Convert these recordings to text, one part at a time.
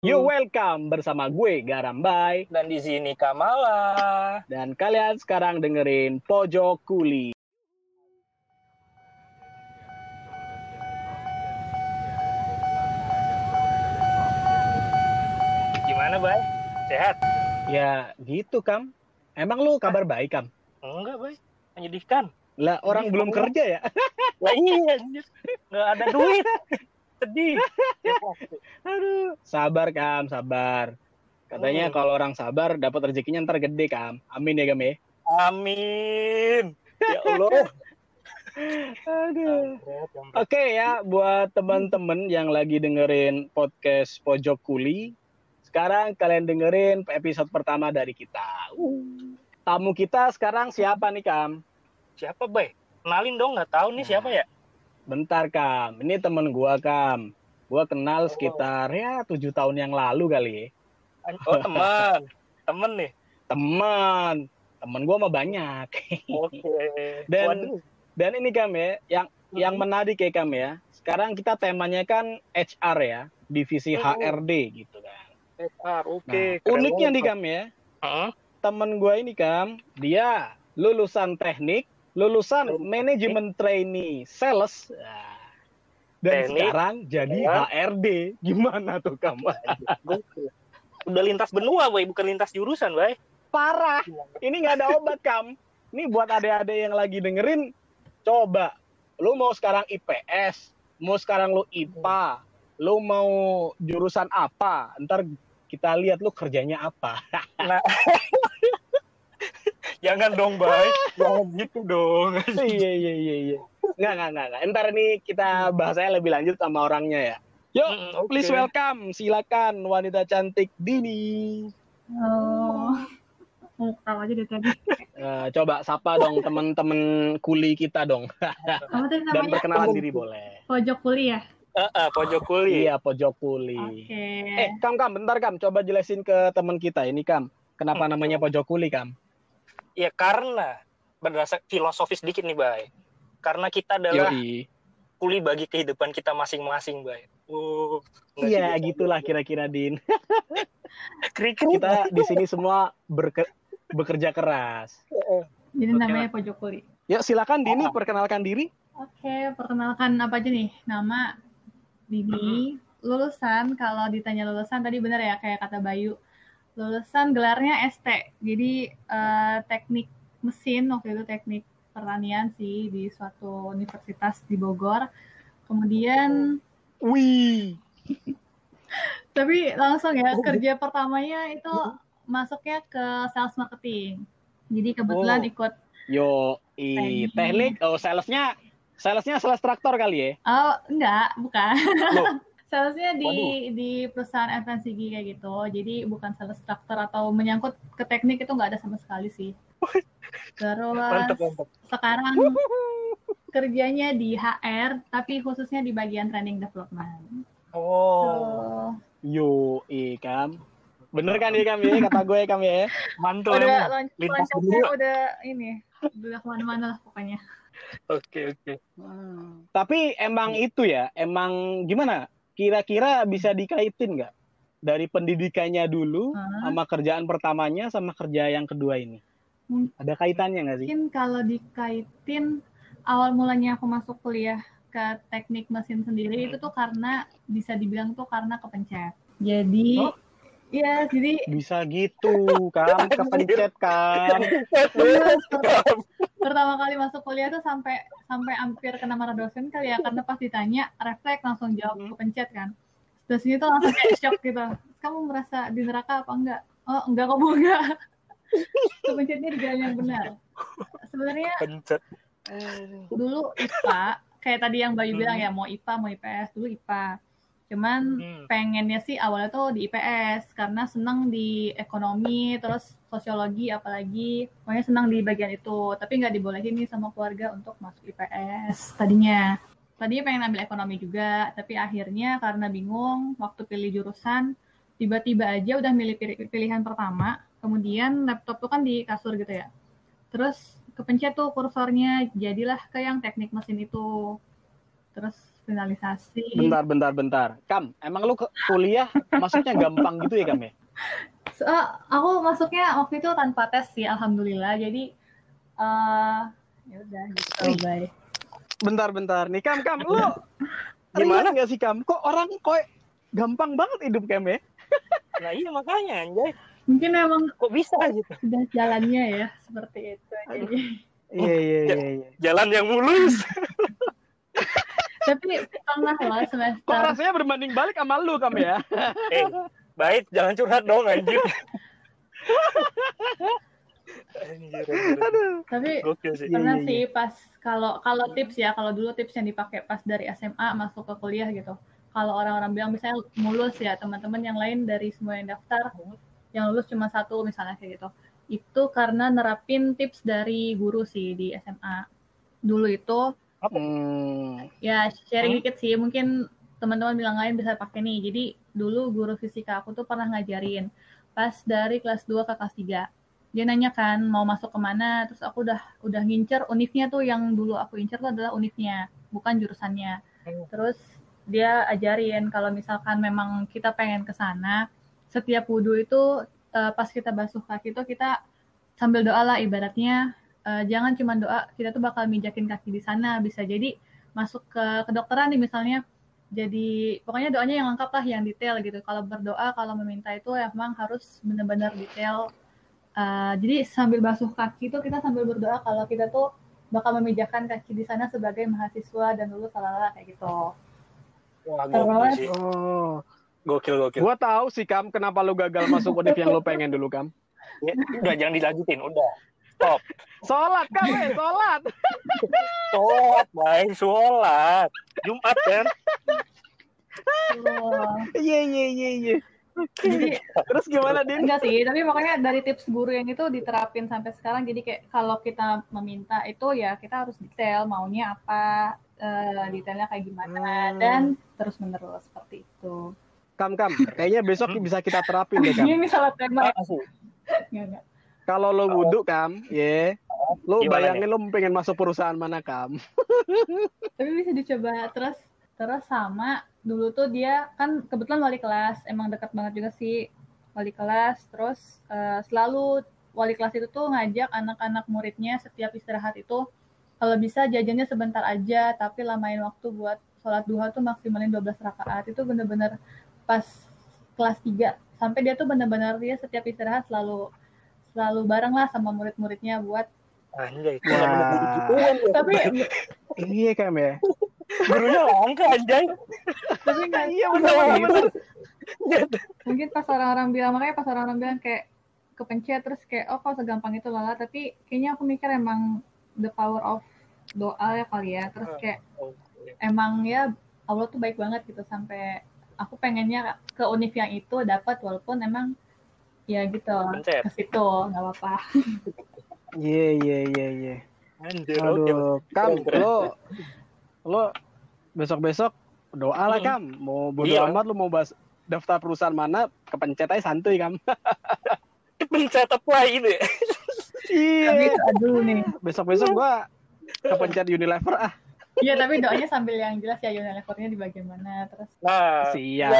You welcome bersama gue Garambai Dan di sini Kamala. dan kalian sekarang dengerin Pojok Kuli. Gimana, Bay? Sehat? Ya gitu Kam. Emang lu kabar baik Kam? Enggak, Bay. Menyedihkan. Lah orang Sedih, belum kamu. kerja ya? Lah iya, anjir. Nggak ada duit. Sedih. Aduh, sabar Kam, sabar. Katanya kalau orang sabar dapat rezekinya ntar gede Kam. Amin ya Kam ya. Amin. Ya Allah. Aduh. Oke ya, buat teman-teman yang lagi dengerin podcast Pojok Kuli, sekarang kalian dengerin episode pertama dari kita. Tamu kita sekarang siapa nih Kam? Siapa, Bay? Kenalin dong, nggak tahu nih siapa ya? Bentar Kam, ini temen gua Kam. Gua kenal sekitar ya 7 tahun yang lalu kali ya. Oh, teman. Temen nih. Temen gua mah banyak. Oke. Dan ini Kam ya, yang menarik ya Kam ya. Sekarang kita temanya kan HR ya, divisi HRD gitu kan. HR, oke. Nah, uniknya nih Kam ya, temen gua ini Kam, dia lulusan teknik, lulusan manajemen trainee sales, dan Teknik, sekarang jadi HRD. Gimana tuh Kam? Udah lintas benua, Bay, bukan lintas jurusan, Bay. Parah. Ini nggak ada obat Kam. Ini buat adik-adik yang lagi dengerin, coba. Lu mau sekarang IPS, mau sekarang lu IPA, lu mau jurusan apa? Ntar kita lihat lu kerjanya apa. Nah, jangan dong, Bay. Jangan gitu dong. Iya. Nggak. Ntar ini kita bahasanya lebih lanjut sama orangnya ya. Yuk, please welcome. Silakan wanita cantik Dini. Tahu aja dari tadi. Coba sapa dong teman-teman kuli kita dong. Dan perkenalan diri boleh. Pojok Kuli ya? Pojok Kuli. Iya, Pojok Kuli. Oke. Kam, bentar Kam. Coba jelasin ke teman kita ini Kam. Kenapa namanya Pojok Kuli Kam? Ya karena berdasar filosofis dikit nih, Bay. Karena kita adalah kuli bagi kehidupan kita masing-masing, Bay. Iya, gitulah kira-kira Din. Kita di sini semua bekerja keras. Jadi namanya Pojok Kuli. Ya, silakan Dini perkenalkan diri. Oke, perkenalkan apa aja nih? Nama Dini. Lulusan, kalau ditanya lulusan tadi benar ya kayak kata Bayu. Lulusan gelarnya ST. Jadi teknik mesin, waktu itu teknik pertanian sih di suatu universitas di Bogor. Kemudian tapi langsung ya kerja pertamanya itu masuknya ke sales marketing. Jadi kebetulan ikut teknik. Salesnya sales traktor kali ya? Oh, enggak, bukan. Salesnya di perusahaan FMCG kayak gitu. Jadi bukan sales traktor atau menyangkut ke teknik itu enggak ada sama sekali sih. Terus mantap. Sekarang kerjanya di HR, tapi khususnya di bagian training development. Kam. Bener kan ya Kam ya? Kata gue Kam ya? Mantul. Udah loncatnya udah ini. Udah kemana-mana lah pokoknya. Oke. Tapi emang itu ya, emang gimana? Kira-kira bisa dikaitin nggak? Dari pendidikannya dulu, sama kerjaan pertamanya, sama kerja yang kedua ini? Ada kaitannya nggak sih? Mungkin kalau dikaitin, awal mulanya aku masuk kuliah ke teknik mesin sendiri, itu tuh karena, bisa dibilang tuh karena kepencet. Jadi, ya jadi... Bisa gitu, Kam, kepencet kan. Pertama kali masuk kuliah tuh sampai hampir kena marah dosen kali ya, karena pas ditanya refleks langsung jawab kepencet kan. Dosennya tuh langsung kayak shock gitu. Kamu merasa di neraka apa enggak? Oh enggak, kamu enggak. Kepencetnya di jalan yang benar. Sebenarnya dulu IPA, kayak tadi yang Bayu bilang ya, mau IPA mau IPS, dulu IPA. Cuman pengennya sih awalnya tuh di IPS karena senang di ekonomi, terus sosiologi apalagi, pokoknya senang di bagian itu. Tapi nggak dibolehin nih sama keluarga untuk masuk IPS tadinya. Tadinya pengen ambil ekonomi juga, tapi akhirnya karena bingung waktu pilih jurusan, tiba-tiba aja udah milih pilihan pertama, kemudian laptop tuh kan di kasur gitu ya. Terus kepencet tuh kursornya, jadilah ke yang teknik mesin itu. Terus finalisasi. Bentar. Kam, emang lu kuliah masuknya gampang gitu ya, Kam ya? Aku masuknya waktu itu tanpa tes sih, alhamdulillah. Jadi ya udah gitu, bye. Bentar nih, Kam, lu gimana nggak sih, Kam? Kok orang gampang banget hidup, Kam ya? Nah iya makanya anjay. Mungkin emang kok bisa gitu. Udah jalannya ya seperti itu. Jadi Iya. Jalan yang mulus. tapi pernah loh semester. Kok rasanya berbanding balik sama lu, Kam ya? Baik, jangan curhat dong anjir. Tapi pernah sih pas kalau tips ya, kalau dulu tips yang dipakai pas dari SMA masuk ke kuliah gitu. Kalau orang-orang bilang misalnya mulus ya, teman-teman yang lain dari semua yang daftar yang lulus cuma 1 misalnya kayak gitu. Itu karena nerapin tips dari guru sih di SMA. Dulu itu ya sharing dikit sih, mungkin teman-teman bilang lain bisa pakai nih. Jadi dulu guru fisika aku tuh pernah ngajarin pas dari kelas 2 ke kelas 3. Dia nanya kan mau masuk kemana, terus aku udah ngincer univnya tuh, yang dulu aku incer tuh adalah univnya, bukan jurusannya. Terus dia ajarin kalau misalkan memang kita pengen ke sana, setiap wudhu itu pas kita basuh kaki itu kita sambil doa lah ibaratnya. Jangan cuma doa, kita tuh bakal mijakin kaki di sana, bisa jadi masuk ke kedokteran nih misalnya. Jadi pokoknya doanya yang lengkap lah, yang detail gitu. Kalau berdoa, kalau meminta itu emang harus benar-benar detail. Jadi sambil basuh kaki itu kita sambil berdoa kalau kita tuh bakal memijakan kaki di sana sebagai mahasiswa dan lulus kayak gitu. Wah, gokil. Gua tahu sih, Kam, kenapa lu gagal masuk univ yang lu pengen dulu, Kam. Ya, udah jangan dilanjutin, udah. Stop. Sholat, Kam, sholat. Sholat. Jumat kan? Iya. Terus gimana, Din? Enggak sih, tapi makanya dari tips guru yang itu diterapin sampai sekarang. Jadi kayak kalau kita meminta itu ya kita harus detail maunya apa, detailnya kayak gimana, dan terus menerus seperti itu. Kam, kayaknya besok bisa kita terapin deh, Kam. Ini salah tema. Enggak. Kalau lo wudhu, Kam, lo bayangin lo pengen masuk perusahaan mana, Kam? Tapi bisa dicoba. Terus sama dulu tuh dia kan kebetulan wali kelas, emang dekat banget juga sih wali kelas. Terus selalu wali kelas itu tuh ngajak anak-anak muridnya setiap istirahat itu kalau bisa jajannya sebentar aja, tapi lamain waktu buat sholat duha tuh maksimalin 12 rakaat. Itu bener-bener pas kelas 3 sampai dia tuh bener-bener dia setiap istirahat selalu bareng lah sama murid-muridnya buat anjay. Tapi iya, Kam ya. Gurunya langka anjay. Tapi enggak, iya benar. Mungkin pas orang-orang bilang kayak kepencet terus kayak kok segampang itu lala, tapi kayaknya aku mikir emang the power of doa ya kali ya. Terus kayak emang ya Allah tuh baik banget gitu, sampai aku pengennya ke univ yang itu dapat, walaupun emang ya gitu ke situ nggak apa-apa. Iya. Aduh, Kam, lo besok doa lah, Kam. Mau bodo amat lo mau daftar perusahaan mana, kepencet aja santuy, Kam. Kepencet apa ini? Iya. Aduh nih. Besok gua kepencet Unilever ah. Iya, tapi doanya sambil yang jelas ya, Unilevernya di bagian mana, terus. Siap.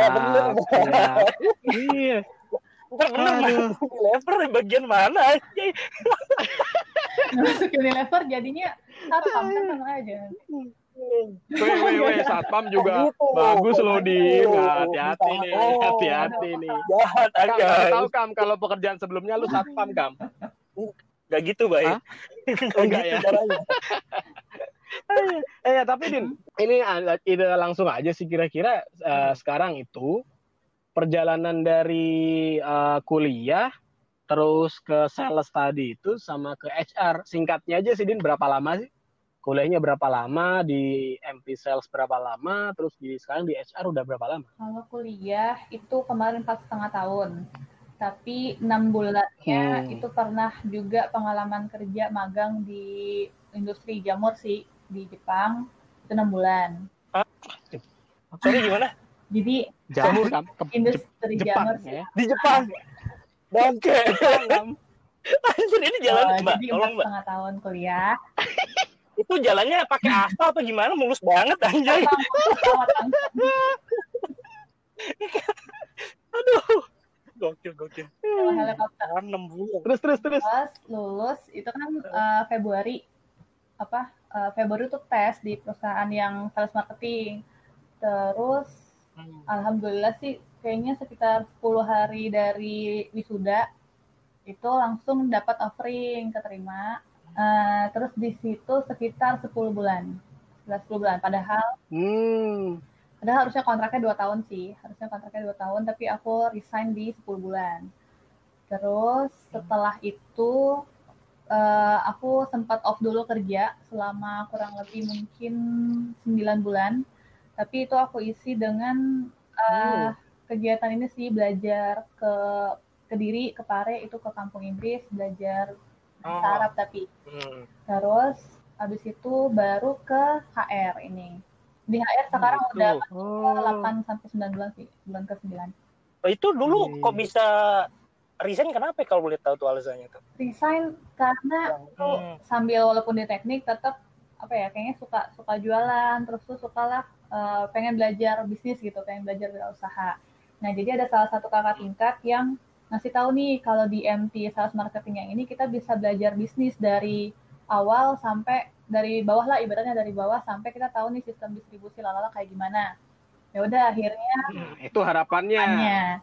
Iya. Bener, Unilever di bagian mana aja? Masuk Unilever jadinya satpam kan sama aja. Weh, satpam juga bagus loh, Din. Hati-hati nih. Jahat aja. Tahu, Kam, kalau pekerjaan sebelumnya lu satpam, Kam. Gak gitu, Bay. Enggak ya. Tapi Din, ini langsung aja sih, kira-kira sekarang itu perjalanan dari kuliah terus ke sales tadi itu sama ke HR, singkatnya aja sih, Din, berapa lama sih? Kuliahnya berapa lama, di MP Sales berapa lama, terus sekarang di HR udah berapa lama? Kalau kuliah itu kemarin 4,5 tahun, tapi 6 bulannya itu pernah juga pengalaman kerja magang di industri jamur sih di Jepang, itu 6 bulan. Sorry, gimana? Jadi jamur, Kam, industri jamur ya? Di Jepang. Bangke. Anjir, ini jalan, Mbak. Jadi Tolong, Mbak. 4,5 tahun kuliah. Itu jalannya pakai aspal apa gimana? Mulus banget anjay. Aduh. Gokil. Helikopter. 6 bulan. Terus. Terus lulus itu kan Februari itu tes di perusahaan yang sales marketing. Terus alhamdulillah sih kayaknya sekitar 10 hari dari wisuda itu langsung dapat offering, keterima. Terus di situ sekitar 10 bulan. Padahal harusnya kontraknya 2 tahun sih. Tapi aku resign di 10 bulan. Terus setelah itu aku sempat off dulu kerja selama kurang lebih mungkin 9 bulan. Tapi itu aku isi dengan kegiatan ini sih, belajar ke Kediri, ke Pare, itu ke kampung Inggris, belajar bahasa Arab tapi. Terus habis itu baru ke HR ini. Di HR sekarang udah 8 sampai 9 bulan sih, bulan ke-9. Itu dulu kok bisa resign kenapa kalau boleh tahu tuh alasannya tuh? Resign karena sambil walaupun di teknik tetap kayaknya suka jualan, terus tuh sukalah pengen belajar bisnis gitu, pengen belajar wirausaha. Nah, jadi ada salah satu kakak tingkat yang ngasih tahu nih kalau di MT Sales Marketing yang ini kita bisa belajar bisnis dari awal sampai dari bawah lah, ibaratnya dari bawah sampai kita tahu nih sistem distribusi lalala kayak gimana. Ya udah akhirnya itu harapannya.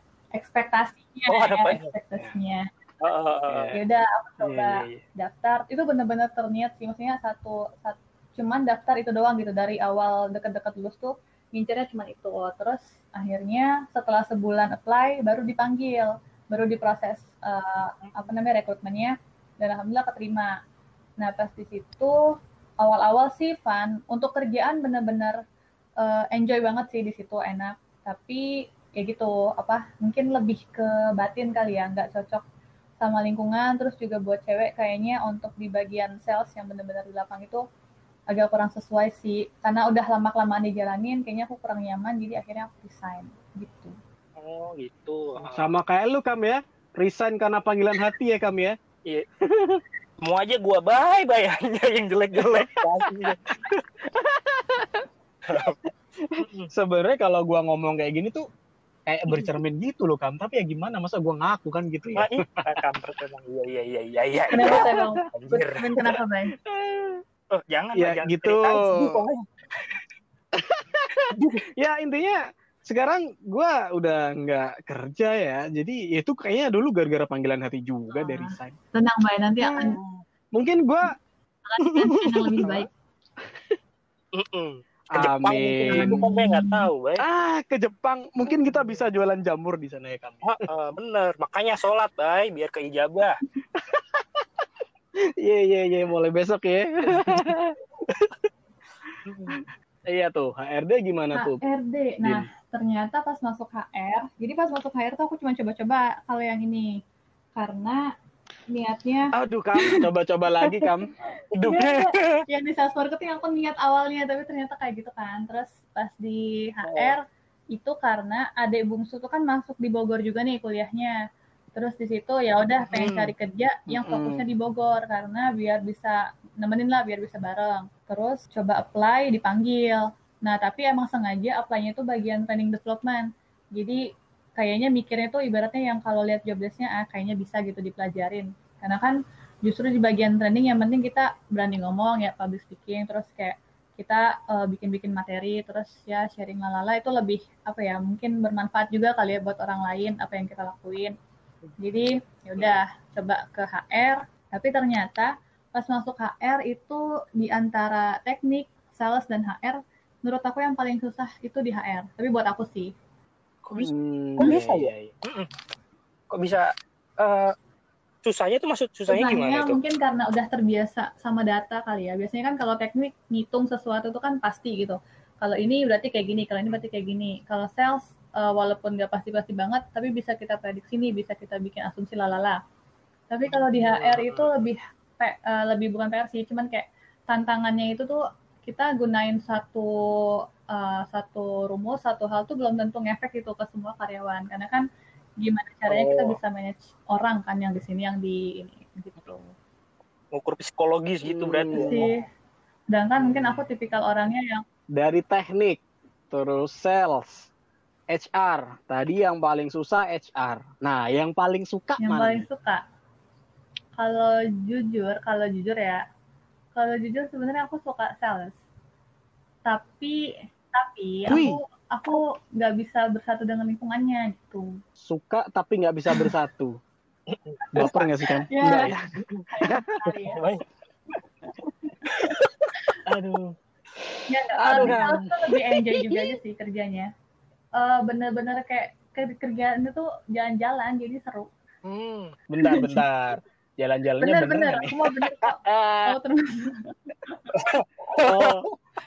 Ekspektasinya. Ya udah aku coba daftar. Itu benar-benar terniat sih, maksudnya cuman daftar itu doang gitu dari awal dekat-dekat lulus tuh ngincernya cuma itu. Terus akhirnya setelah sebulan apply baru dipanggil, baru diproses rekrutmennya dan alhamdulillah keterima. Nah, pas di situ awal-awal sih fun. Untuk kerjaan benar-benar enjoy banget sih di situ, enak. Tapi ya gitu, mungkin lebih ke batin kali ya, nggak cocok sama lingkungan. Terus juga buat cewek kayaknya untuk di bagian sales yang benar-benar di lapang itu agak kurang sesuai sih. Karena udah lama-kelamaan dijalanin, kayaknya aku kurang nyaman, jadi akhirnya aku resign gitu. Oh gitu. Sama kayak lu Kam ya, resign karena panggilan hati ya Kam ya. Iya. Mau aja gua bye aja yang jelek-jelek. Sebenarnya kalau gua ngomong kayak gini tuh kayak bercermin gitu loh Kam, tapi ya gimana, masa gua ngaku kan gitu ya. Kampret emang. Iya. Kenapa Bang? Bercermin kenapa, Bang? Oh, jangan gitu. Ya intinya sekarang gue udah nggak kerja ya, jadi itu kayaknya dulu gara-gara panggilan hati juga dari resign. Tenang Bay, nanti akan mungkin gue akan digantikan yang lebih baik. Ke Jepang mungkin gue nggak tahu, Bay. Ke Jepang mungkin kita bisa jualan jamur di sana ya kami. Bener, makanya sholat, Bay, biar keijabah. Iya, mulai besok ya. Iya tuh, HRD gimana tuh? HRD, nah ternyata pas masuk HR, jadi pas masuk HR tuh aku cuma coba-coba kalau yang ini, karena niatnya. Aduh Kam, coba-coba lagi Kam. Hidupnya. Yang di sales marketing aku niat awalnya, tapi ternyata kayak gitu kan. Terus pas di HR itu karena adik bungsu tuh kan masuk di Bogor juga nih kuliahnya. Terus di situ ya udah pengen cari kerja yang fokusnya di Bogor karena biar bisa nemenin lah, biar bisa bareng. Terus coba apply, dipanggil. Nah, tapi emang sengaja apply-nya itu bagian training development. Jadi kayaknya mikirnya tuh ibaratnya yang kalau lihat job desk-nya kayaknya bisa gitu dipelajarin. Karena kan justru di bagian training yang penting kita berani ngomong ya, public speaking, terus kayak kita bikin-bikin materi, terus ya sharing lalala itu lebih mungkin bermanfaat juga kali ya buat orang lain apa yang kita lakuin. Jadi ya udah coba ke HR, tapi ternyata pas masuk HR itu di antara teknik, sales dan HR, menurut aku yang paling susah itu di HR. Tapi buat aku sih. Kok bisa ya? Kok bisa susahnya tuh susahnya gimana tuh? Mungkin karena udah terbiasa sama data kali ya. Biasanya kan kalau teknik ngitung sesuatu itu kan pasti gitu. Kalau ini berarti kayak gini, kalau ini berarti kayak gini. Kalau sales walaupun nggak pasti-pasti banget, tapi bisa kita prediksi nih, bisa kita bikin asumsi lalala. Tapi kalau di HR itu lebih bukan PR sih, cuman kayak tantangannya itu tuh kita gunain satu rumus, satu hal tuh belum tentu ngefek itu ke semua karyawan. Karena kan gimana caranya kita bisa manage orang kan yang di sini, yang di ini gitu. Ukur psikologis gitu berarti. Sih. Sedangkan mungkin aku tipikal orangnya yang dari teknik, terus sales, HR. Tadi yang paling susah HR. Nah, yang paling suka yang mana? paling suka. Kalau jujur ya, sebenarnya aku suka sales. Tapi aku nggak bisa bersatu dengan lingkungannya gitu. Suka tapi nggak bisa bersatu. Baper nggak sih kan? Ya. Enggak ya? Ya. Aduh. Ya, sales tuh lebih enjoy juga aja sih kerjanya. Bener-bener kayak kerjaan itu jalan-jalan jadi seru. Bentar. Jalan-jalannya Bener. Aku mau bener kok. Oh, terus. Oh.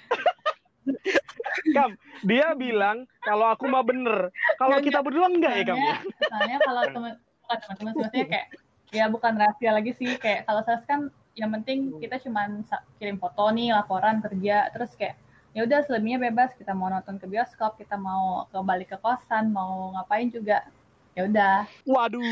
Kam, dia bilang kalau aku mah bener. Kalau kita berdua enggak ya, Kam? Misalnya kalau teman-teman maksudnya kayak ya bukan rahasia lagi sih, kayak kalau sales kan yang penting kita cuman kirim foto nih, laporan kerja, terus kayak ya udah selebihnya bebas, kita mau nonton ke bioskop, kita mau balik ke kosan, mau ngapain juga ya udah. Waduh.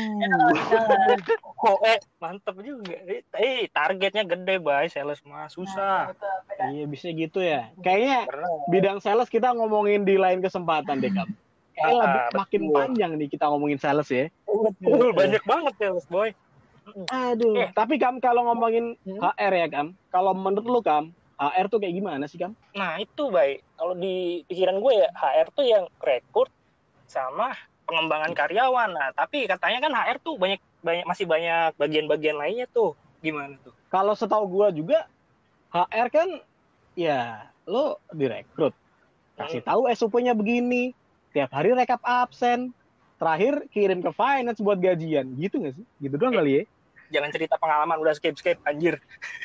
Mantep juga. Targetnya gede, Bay. Sales mah susah. Nah, iya, bisa gitu ya. Kayaknya bidang sales kita ngomongin di lain kesempatan deh, Kam. Kayaknya makin panjang nih kita ngomongin sales ya. Betul, banyak banget sales, Boy. Aduh, tapi Kam kalau ngomongin HR ya, Kam. Kalau menurut lu, Kam, HR tuh kayak gimana sih, Kam? Nah, itu, Bay. Kalau di pikiran gue ya, HR tuh yang rekrut sama pengembangan karyawan. Nah, tapi katanya kan HR tuh masih banyak bagian-bagian lainnya tuh. Gimana tuh? Kalau setahu gue juga HR kan ya lo direkrut. Kasih tahu SOP-nya begini. Tiap hari rekap absen. Terakhir kirim ke finance buat gajian. Gitu nggak sih? Gitu doang kali ya? Jangan cerita pengalaman udah skip anjir.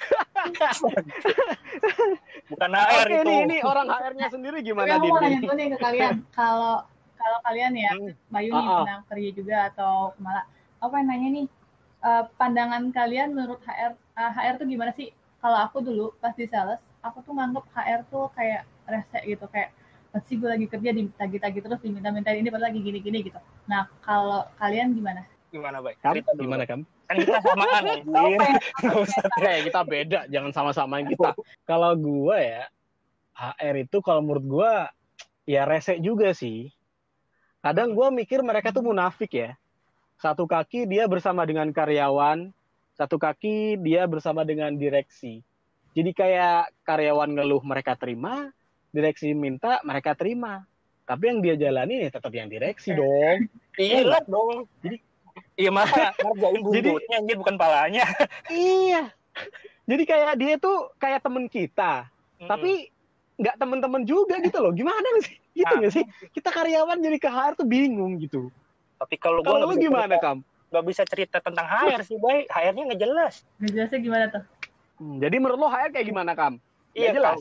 Bukan HR itu. Ini orang HR-nya sendiri gimana? Tapi aku mau nanya dulu nih ke kalian. Kalau kalian ya, Bayu nih pernah kerja juga atau Kumala, aku pengen nanya nih, pandangan kalian menurut HR tuh gimana sih? Kalau aku dulu pas di sales, aku tuh nganggep HR tuh kayak rese gitu, kayak pasti gue lagi kerja ditagi-tagi terus diminta-minta ini padahal lagi gini-gini gitu. Nah, kalau kalian gimana? Gimana, Bay? Gimana, Kam? Kan kita samaan anjir. Kita beda, jangan sama-samain kita. Kalau gue ya, HR itu kalau menurut gue ya rese juga sih. Kadang gue mikir mereka tuh munafik ya. Satu kaki dia bersama dengan karyawan, satu kaki dia bersama dengan direksi. Jadi kayak karyawan ngeluh mereka terima, direksi minta mereka terima. Tapi yang dia jalani ya tetap yang direksi dong. Iya dong. Jadi iya mah ngerjain buntutnya anjir bukan palanya. Iya. Jadi kayak dia tuh kayak temen kita. Tapi nggak temen-temen juga gitu loh. Gimana sih? Gitu nggak sih? Kita karyawan jadi ke HR tuh bingung gitu. Tapi kalau lu gimana, Kam? Gak bisa cerita tentang HR sih, Bay. HR-nya nggak jelas. Nggak jelasnya gimana tuh? Jadi menurut lo HR kayak gimana, Kam? Iya jelas.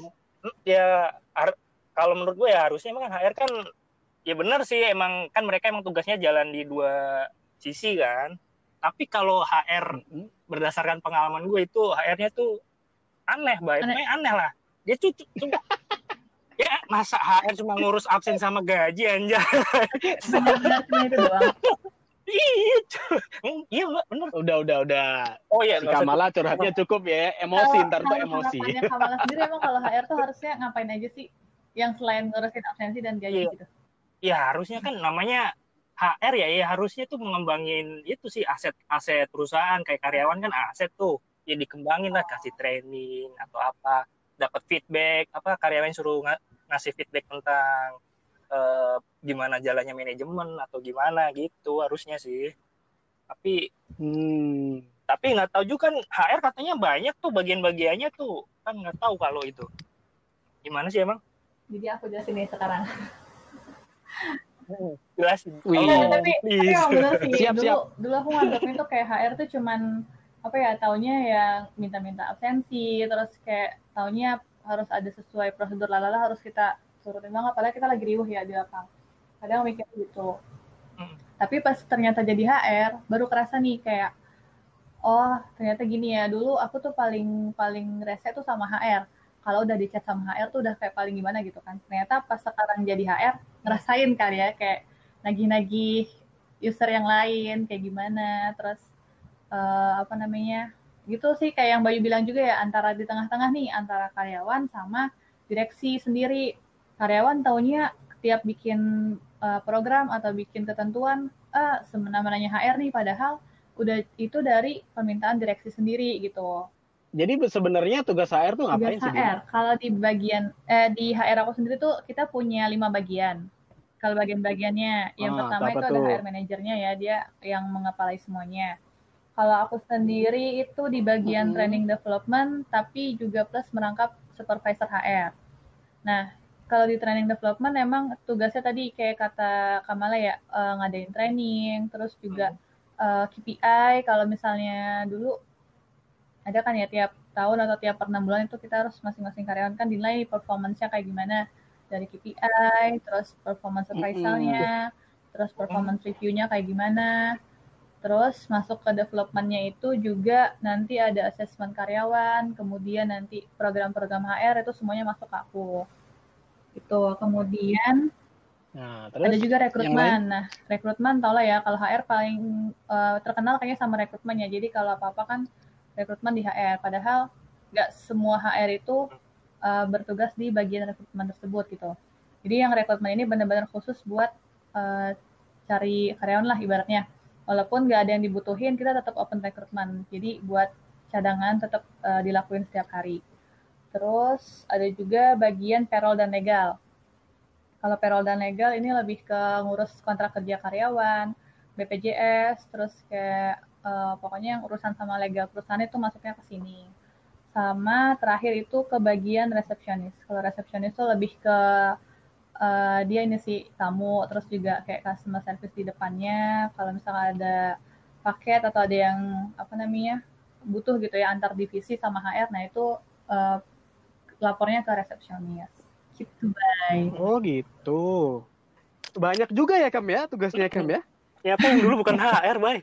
Kalau menurut gue ya harusnya emang kan HR kan ya benar sih emang kan mereka emang tugasnya jalan di dua sisi kan. Tapi kalau HR berdasarkan pengalaman gue itu HR-nya tuh aneh, Bay. Aneh lah. Dia tuh ya masa HR cuma ngurus absen sama gaji anjay. Benar-benar cuma itu doang. Iya benar. Udah. Oh iya. Si Kamala curhatnya cukup ya. Emosi ntar tuh emosi. Kalau Kamala sendiri emang kalau HR tuh harusnya ngapain aja sih? Yang selain ngurusin absensi dan gaji gitu. Ya harusnya kan namanya HR ya harusnya tuh mengembangin itu sih aset perusahaan kayak karyawan kan aset tuh. Ya dikembangin lah kasih training atau apa. Dapat feedback karyawan suruh ngasih feedback tentang gimana jalannya manajemen atau gimana gitu harusnya sih tapi nggak tahu juga kan HR katanya banyak tuh bagian-bagiannya tuh kan nggak tahu kalau itu gimana sih emang jadi aku jelasin nih sekarang jelasin tapi bener sih siap. Dulu aku nganggapnya tuh kayak HR tuh cuman taunya yang minta-minta absensi terus kayak taunya harus ada sesuai prosedur lalala harus kita turutin banget padahal kita lagi riuh ya di lapang kadang mikir gitu tapi pas ternyata jadi HR baru kerasa nih kayak oh ternyata gini ya dulu aku tuh paling rese tuh sama HR kalau udah dicat sama HR tuh udah kayak paling gimana gitu kan ternyata pas sekarang jadi HR ngerasain kali ya kayak nagih-nagih user yang lain kayak gimana terus gitu sih kayak yang Bayu bilang juga ya, antara di tengah-tengah nih antara karyawan sama direksi sendiri. Karyawan taunya tiap bikin program atau bikin ketentuan namanya HR nih, padahal udah itu dari permintaan direksi sendiri gitu. Jadi sebenarnya tugas HR tuh ngapain Tugas sih? HR, kalau di bagian di HR aku sendiri tuh kita punya 5 bagian. Kalau bagian-bagiannya, yang pertama itu ada HR manajernya ya, dia yang mengepalai semuanya. Kalau aku sendiri itu di bagian training development, tapi juga plus merangkap supervisor HR. Nah, kalau di training development emang tugasnya tadi kayak kata Kamala ya, ngadain training, terus juga KPI. Kalau misalnya dulu ada kan ya tiap tahun atau tiap per 6 bulan itu kita harus masing-masing karyawan kan dinilai performance-nya kayak gimana dari KPI, terus performance appraisal-nya, terus performance review-nya kayak gimana. Terus masuk ke development-nya itu juga nanti ada assessment karyawan, kemudian nanti program-program HR itu semuanya masuk ke aku. Itu kemudian terus ada juga rekrutmen. Nah, rekrutmen tau lah ya, kalau HR paling terkenal kayaknya sama rekrutmennya. Jadi kalau apa-apa kan rekrutmen di HR. Padahal nggak semua HR itu bertugas di bagian rekrutmen tersebut gitu. Jadi yang rekrutmen ini benar-benar khusus buat cari karyawan lah ibaratnya. Walaupun nggak ada yang dibutuhin, kita tetap open recruitment. Jadi buat cadangan tetap dilakuin setiap hari. Terus ada juga bagian payroll dan legal. Kalau payroll dan legal ini lebih ke ngurus kontrak kerja karyawan, BPJS, terus kayak pokoknya yang urusan sama legal perusahaan itu masuknya ke sini. Sama terakhir itu ke bagian resepsionis. Kalau resepsionis itu lebih ke dia ini sih tamu, terus juga kayak customer service di depannya. Kalau misalnya ada paket atau ada yang apa namanya butuh gitu ya antar divisi sama HR, nah itu lapornya ke resepsionis. Gitu, Bay. Oh gitu. Banyak juga ya Kam ya tugasnya Kam ya? Ternyata yang dulu bukan HR, Bay.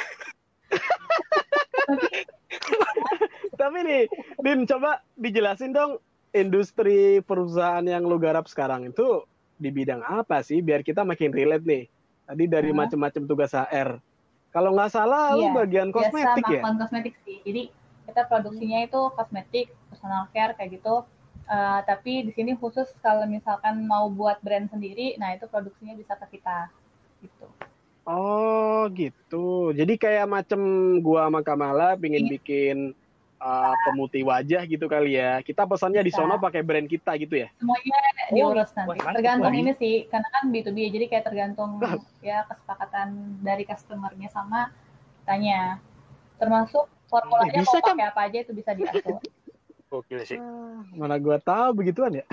Tapi nih, Din coba dijelasin dong industri perusahaan yang lu garap sekarang itu di bidang apa sih biar kita makin relate nih. Tadi dari macam-macam tugas HR. Kalau nggak salah lu bagian kosmetik ya? Biasa kosmetik sih. Jadi kita produksinya itu kosmetik, personal care kayak gitu. Tapi di sini khusus kalau misalkan mau buat brand sendiri, nah itu produksinya bisa ke kita gitu. Oh gitu. Jadi kayak macam gua sama Kamala pingin bikin pemutih wajah gitu kali ya. Kita pesannya di sono pakai brand kita gitu ya? Semuanya diurus nanti. Tergantung ini sih, karena kan B2B, jadi kayak tergantung ya kesepakatan dari customer-nya sama kitanya. Termasuk formulanya mau pakai apa aja itu bisa diatur. Gokil sih. Mana gua tahu begituan ya.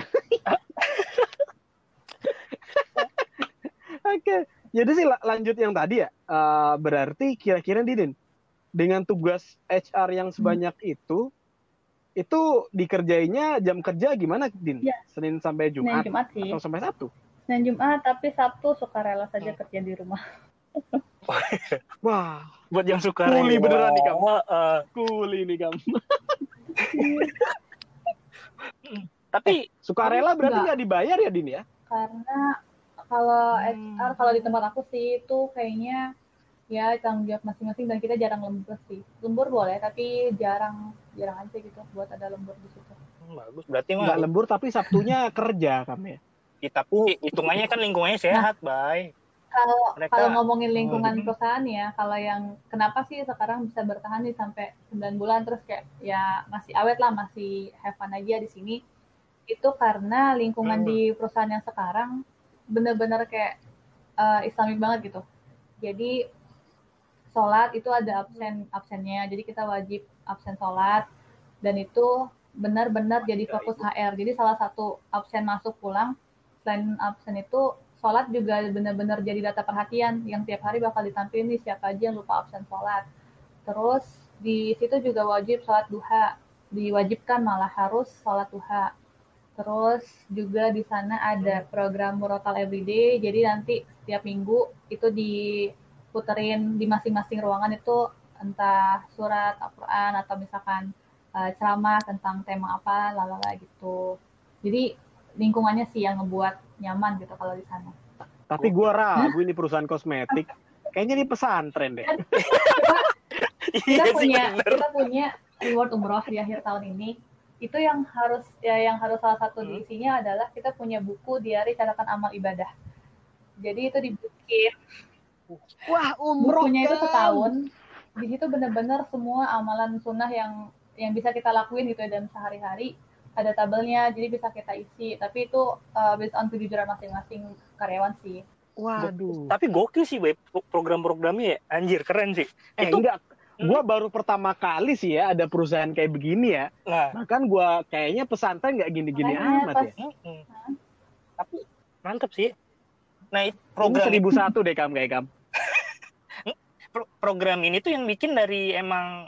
Oke. Jadi sih lanjut yang tadi ya. Berarti kira-kira Didin dengan tugas HR yang sebanyak itu dikerjainya jam kerja gimana, Din? Ya. Senin sampai Jumat? Senin Jumat sih. Atau sampai Sabtu? Senin Jumat, tapi Sabtu suka rela saja kerja di rumah. Wah, buat yang suka kuli beneran nih kamu. Kuli nih kamu. Tapi sukarela berarti nggak dibayar ya, Din ya? Karena kalau HR, kalau di tempat aku sih itu kayaknya ya tanggung jawab masing-masing dan kita jarang lembur sih. Lembur boleh tapi jarang aja gitu buat ada lembur di situ. Bagus, berarti mah nggak lembur tapi Sabtunya kerja kami. Tapi hitungannya kan lingkungannya sehat, Bay. Kalau ngomongin lingkungan perusahaan ya, kalau yang kenapa sih sekarang bisa bertahan nih sampai 9 bulan terus kayak ya masih awet lah, masih have fun aja di sini. Itu karena lingkungan di perusahaan yang sekarang bener-bener kayak Islamik banget gitu. Jadi sholat itu ada absennya, jadi kita wajib absen sholat, dan itu benar-benar jadi fokus HR. Jadi salah satu absen masuk pulang, selain absen itu sholat juga benar-benar jadi data perhatian yang tiap hari bakal ditampilin nih siapa aja yang lupa absen sholat. Terus di situ juga wajib sholat duha, diwajibkan malah harus sholat duha. Terus juga di sana ada program Murotal Everyday, jadi nanti setiap minggu itu diputerin di masing-masing ruangan itu entah surat Al-Quran atau misalkan ceramah tentang tema apa, lalala gitu. Jadi lingkungannya sih yang ngebuat nyaman gitu kalau di sana. Tapi gue ragu ini perusahaan kosmetik, kayaknya ini pesantren deh. kita Iya sih, punya bener. kita punya reward umroh di akhir tahun ini. Itu yang harus salah satu diisinya adalah kita punya buku diari catatan amal ibadah. Jadi itu dibikin Wah, umroh bukunya itu kan. setahun. Di situ benar-benar semua amalan sunnah yang bisa kita lakuin gitu ya dalam sehari-hari. Ada tabelnya, jadi bisa kita isi. Tapi itu based on kejujuran masing-masing karyawan sih. Waduh. Tapi gokil sih, Bay, program-programnya ya. Anjir, keren sih. Itu Enggak. Gua baru pertama kali sih ya ada perusahaan kayak begini ya. nah, Bahkan gua kayaknya pesantren nggak gini-gini Makanya amat pas- ya. tapi mantep sih. Nah, Program program 1001 deh kayak program ini tuh yang bikin dari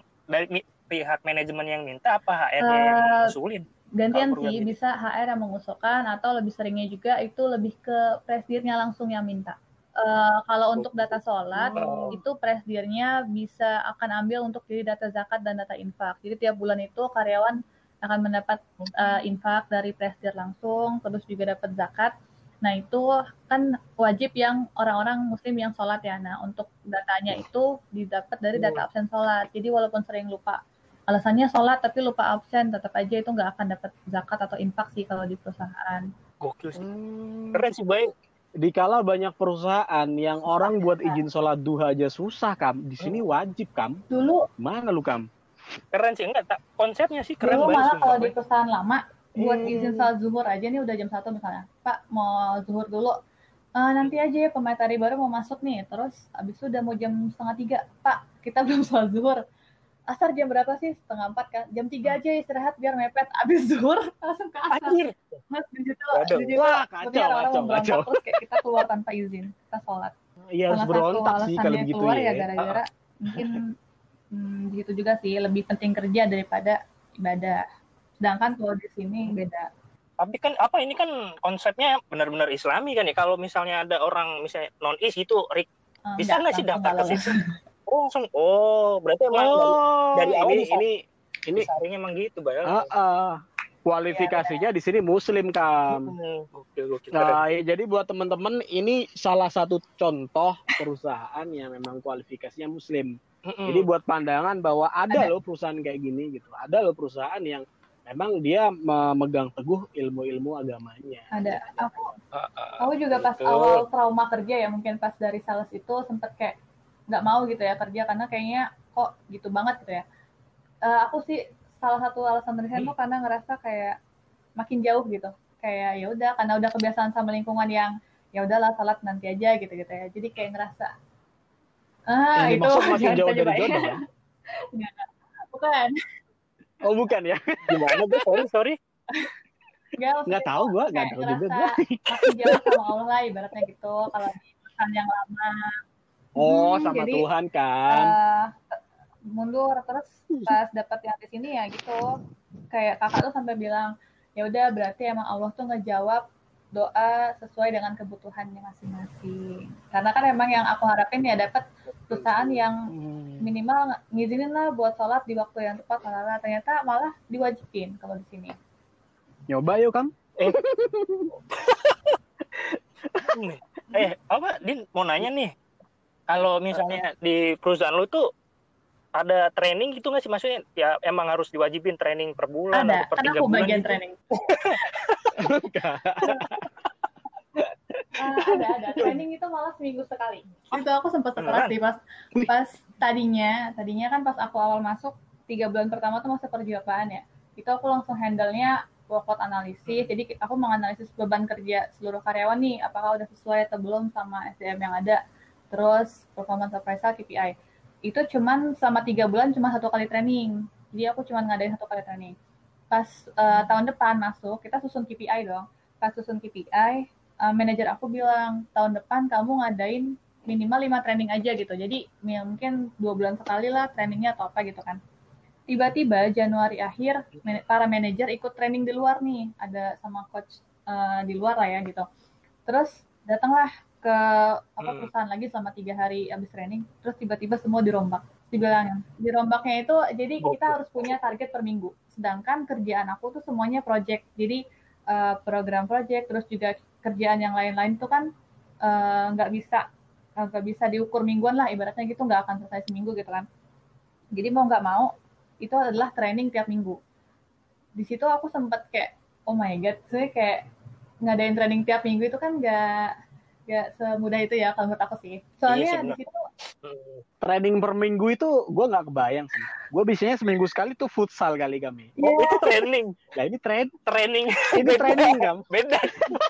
pihak manajemen yang minta apa HR-nya yang ngusulin? Gantian Kalau program sih, ini. bisa HR yang mengusulkan atau lebih seringnya juga itu lebih ke presidirnya langsung yang minta. Kalau untuk data sholat, itu presidirnya bisa akan ambil untuk jadi data zakat dan data infak. Jadi tiap bulan itu karyawan akan mendapat infak dari presidir langsung, terus juga dapat zakat. Nah itu kan wajib yang orang-orang muslim yang sholat ya. Nah untuk datanya itu didapat dari data absen sholat. Jadi walaupun sering lupa alasannya sholat tapi lupa absen, tetap aja itu nggak akan dapat zakat atau infak sih kalau di perusahaan. Gokil sih. Hmm. Keren sih, Bay. Dikala banyak perusahaan yang orang buat izin sholat duha aja susah, Kam. Di sini wajib, Kam. Dulu Mana lu, Kam? Keren sih, enggak, konsepnya sih keren dulu banget. malah sumpah, kalau Bay. di perusahaan lama buat izin sholat zuhur aja nih udah jam 1 misalnya. Pak mau zuhur dulu. Nanti aja ya pemateri baru mau masuk nih. Terus abis itu udah mau jam 2:30. Pak, kita belum sholat zuhur. Asar jam berapa sih? 3:30 kan? Jam 3 aja istirahat biar mepet. Abis zuhur langsung ke asar. Anjir. Mas di situ Waduh. Wah, sepertinya orang-orang kacau. memberontak terus kayak kita keluar tanpa izin. Kita sholat. Iya, harus Salah satu berontak sih alasannya kalau begitu keluar ya ya. gara-gara mungkin gitu juga sih lebih penting kerja daripada ibadah. Sedangkan kalau di sini beda. Tapi kan ini kan konsepnya benar-benar Islami kan ya. Kalau misalnya ada orang misalnya non-is itu, Rick, bisa nggak sih daftar ke situ? Oh, langsung. Oh, berarti emang dari awal ini seharinya emang gitu, Bay. Kualifikasinya di sini muslim, Kam. Gokil. Nah, jadi buat teman-teman ini salah satu contoh perusahaan yang memang kualifikasinya muslim. Jadi buat pandangan bahwa ada loh perusahaan kayak gini gitu. Ada loh perusahaan yang memang dia memegang teguh ilmu-ilmu agamanya. Ada. Aku juga pas awal trauma kerja ya, mungkin pas dari sales itu sempet kayak nggak mau gitu ya kerja karena kayaknya kok gitu banget gitu ya. Aku sih salah satu alasan resign tuh karena ngerasa kayak makin jauh gitu. Kayak ya udah karena udah kebiasaan sama lingkungan yang ya udahlah salat nanti aja gitu ya. Jadi kayak ngerasa yang itu makin jauh dari jodoh ya? Bukan. Oh, bukan ya? Gimana, Bu? Sorry. Nggak tahu gue, nggak tahu juga gue. Makin jauh sama Allah lah ibaratnya gitu kalau di perusahaan yang lama. Sama jadi, Tuhan kan. Mundur terus pas dapat yang di sini ya gitu. Kayak kakak tuh sampai bilang, ya udah berarti emang Allah tuh ngejawab doa sesuai dengan kebutuhannya masing-masing. Karena kan emang yang aku harapin ya dapat perusahaan yang minimal ngizinin lah buat sholat di waktu yang tepat. Ternyata malah diwajibin kalau di sini. Nyoba yuk, Kam. Din mau nanya nih. Kalau misalnya di perusahaan lu tuh ada training gitu nggak sih, maksudnya ya emang harus diwajibin training per bulan ada, atau per 3 bulan? Ada, karena aku bagian gitu? Training. Ada training itu malah seminggu sekali. Itu aku sempat sekelas sih pas tadinya kan pas aku awal masuk 3 bulan pertama tuh masa perjuapaan ya. Itu aku langsung handle-nya workload analisis. Jadi aku menganalisis beban kerja seluruh karyawan nih, apakah udah sesuai atau belum sama SDM yang ada. Terus performance appraisal, KPI. Itu cuman selama 3 bulan cuma 1 kali training. Jadi aku cuma ngadain 1 kali training. Pas tahun depan masuk, kita susun KPI dong. Pas susun KPI, manajer aku bilang, tahun depan kamu ngadain minimal 5 training aja gitu. Jadi mungkin 2 bulan sekali lah trainingnya atau apa gitu kan. Tiba-tiba Januari akhir, para manajer ikut training di luar nih. Ada sama coach di luar lah ya gitu. Terus datanglah ke perusahaan lagi selama 3 hari habis training, terus tiba-tiba semua dirombak. Dibilangin dirombaknya itu jadi kita harus punya target per minggu, sedangkan kerjaan aku tuh semuanya project, jadi program project, terus juga kerjaan yang lain-lain tuh kan nggak bisa diukur mingguan lah ibaratnya gitu, nggak akan selesai seminggu gitu kan. Jadi mau nggak mau itu adalah training tiap minggu. Di situ aku sempat kayak oh my god, saya kayak ngadain training tiap minggu itu kan nggak semudah itu ya kalau menurut aku sih. Soalnya di situ training per minggu itu gue nggak kebayang sih. Gue biasanya seminggu sekali tuh futsal kali kami. Oh, itu training. Nah ini Training. Ini training kan? Beda.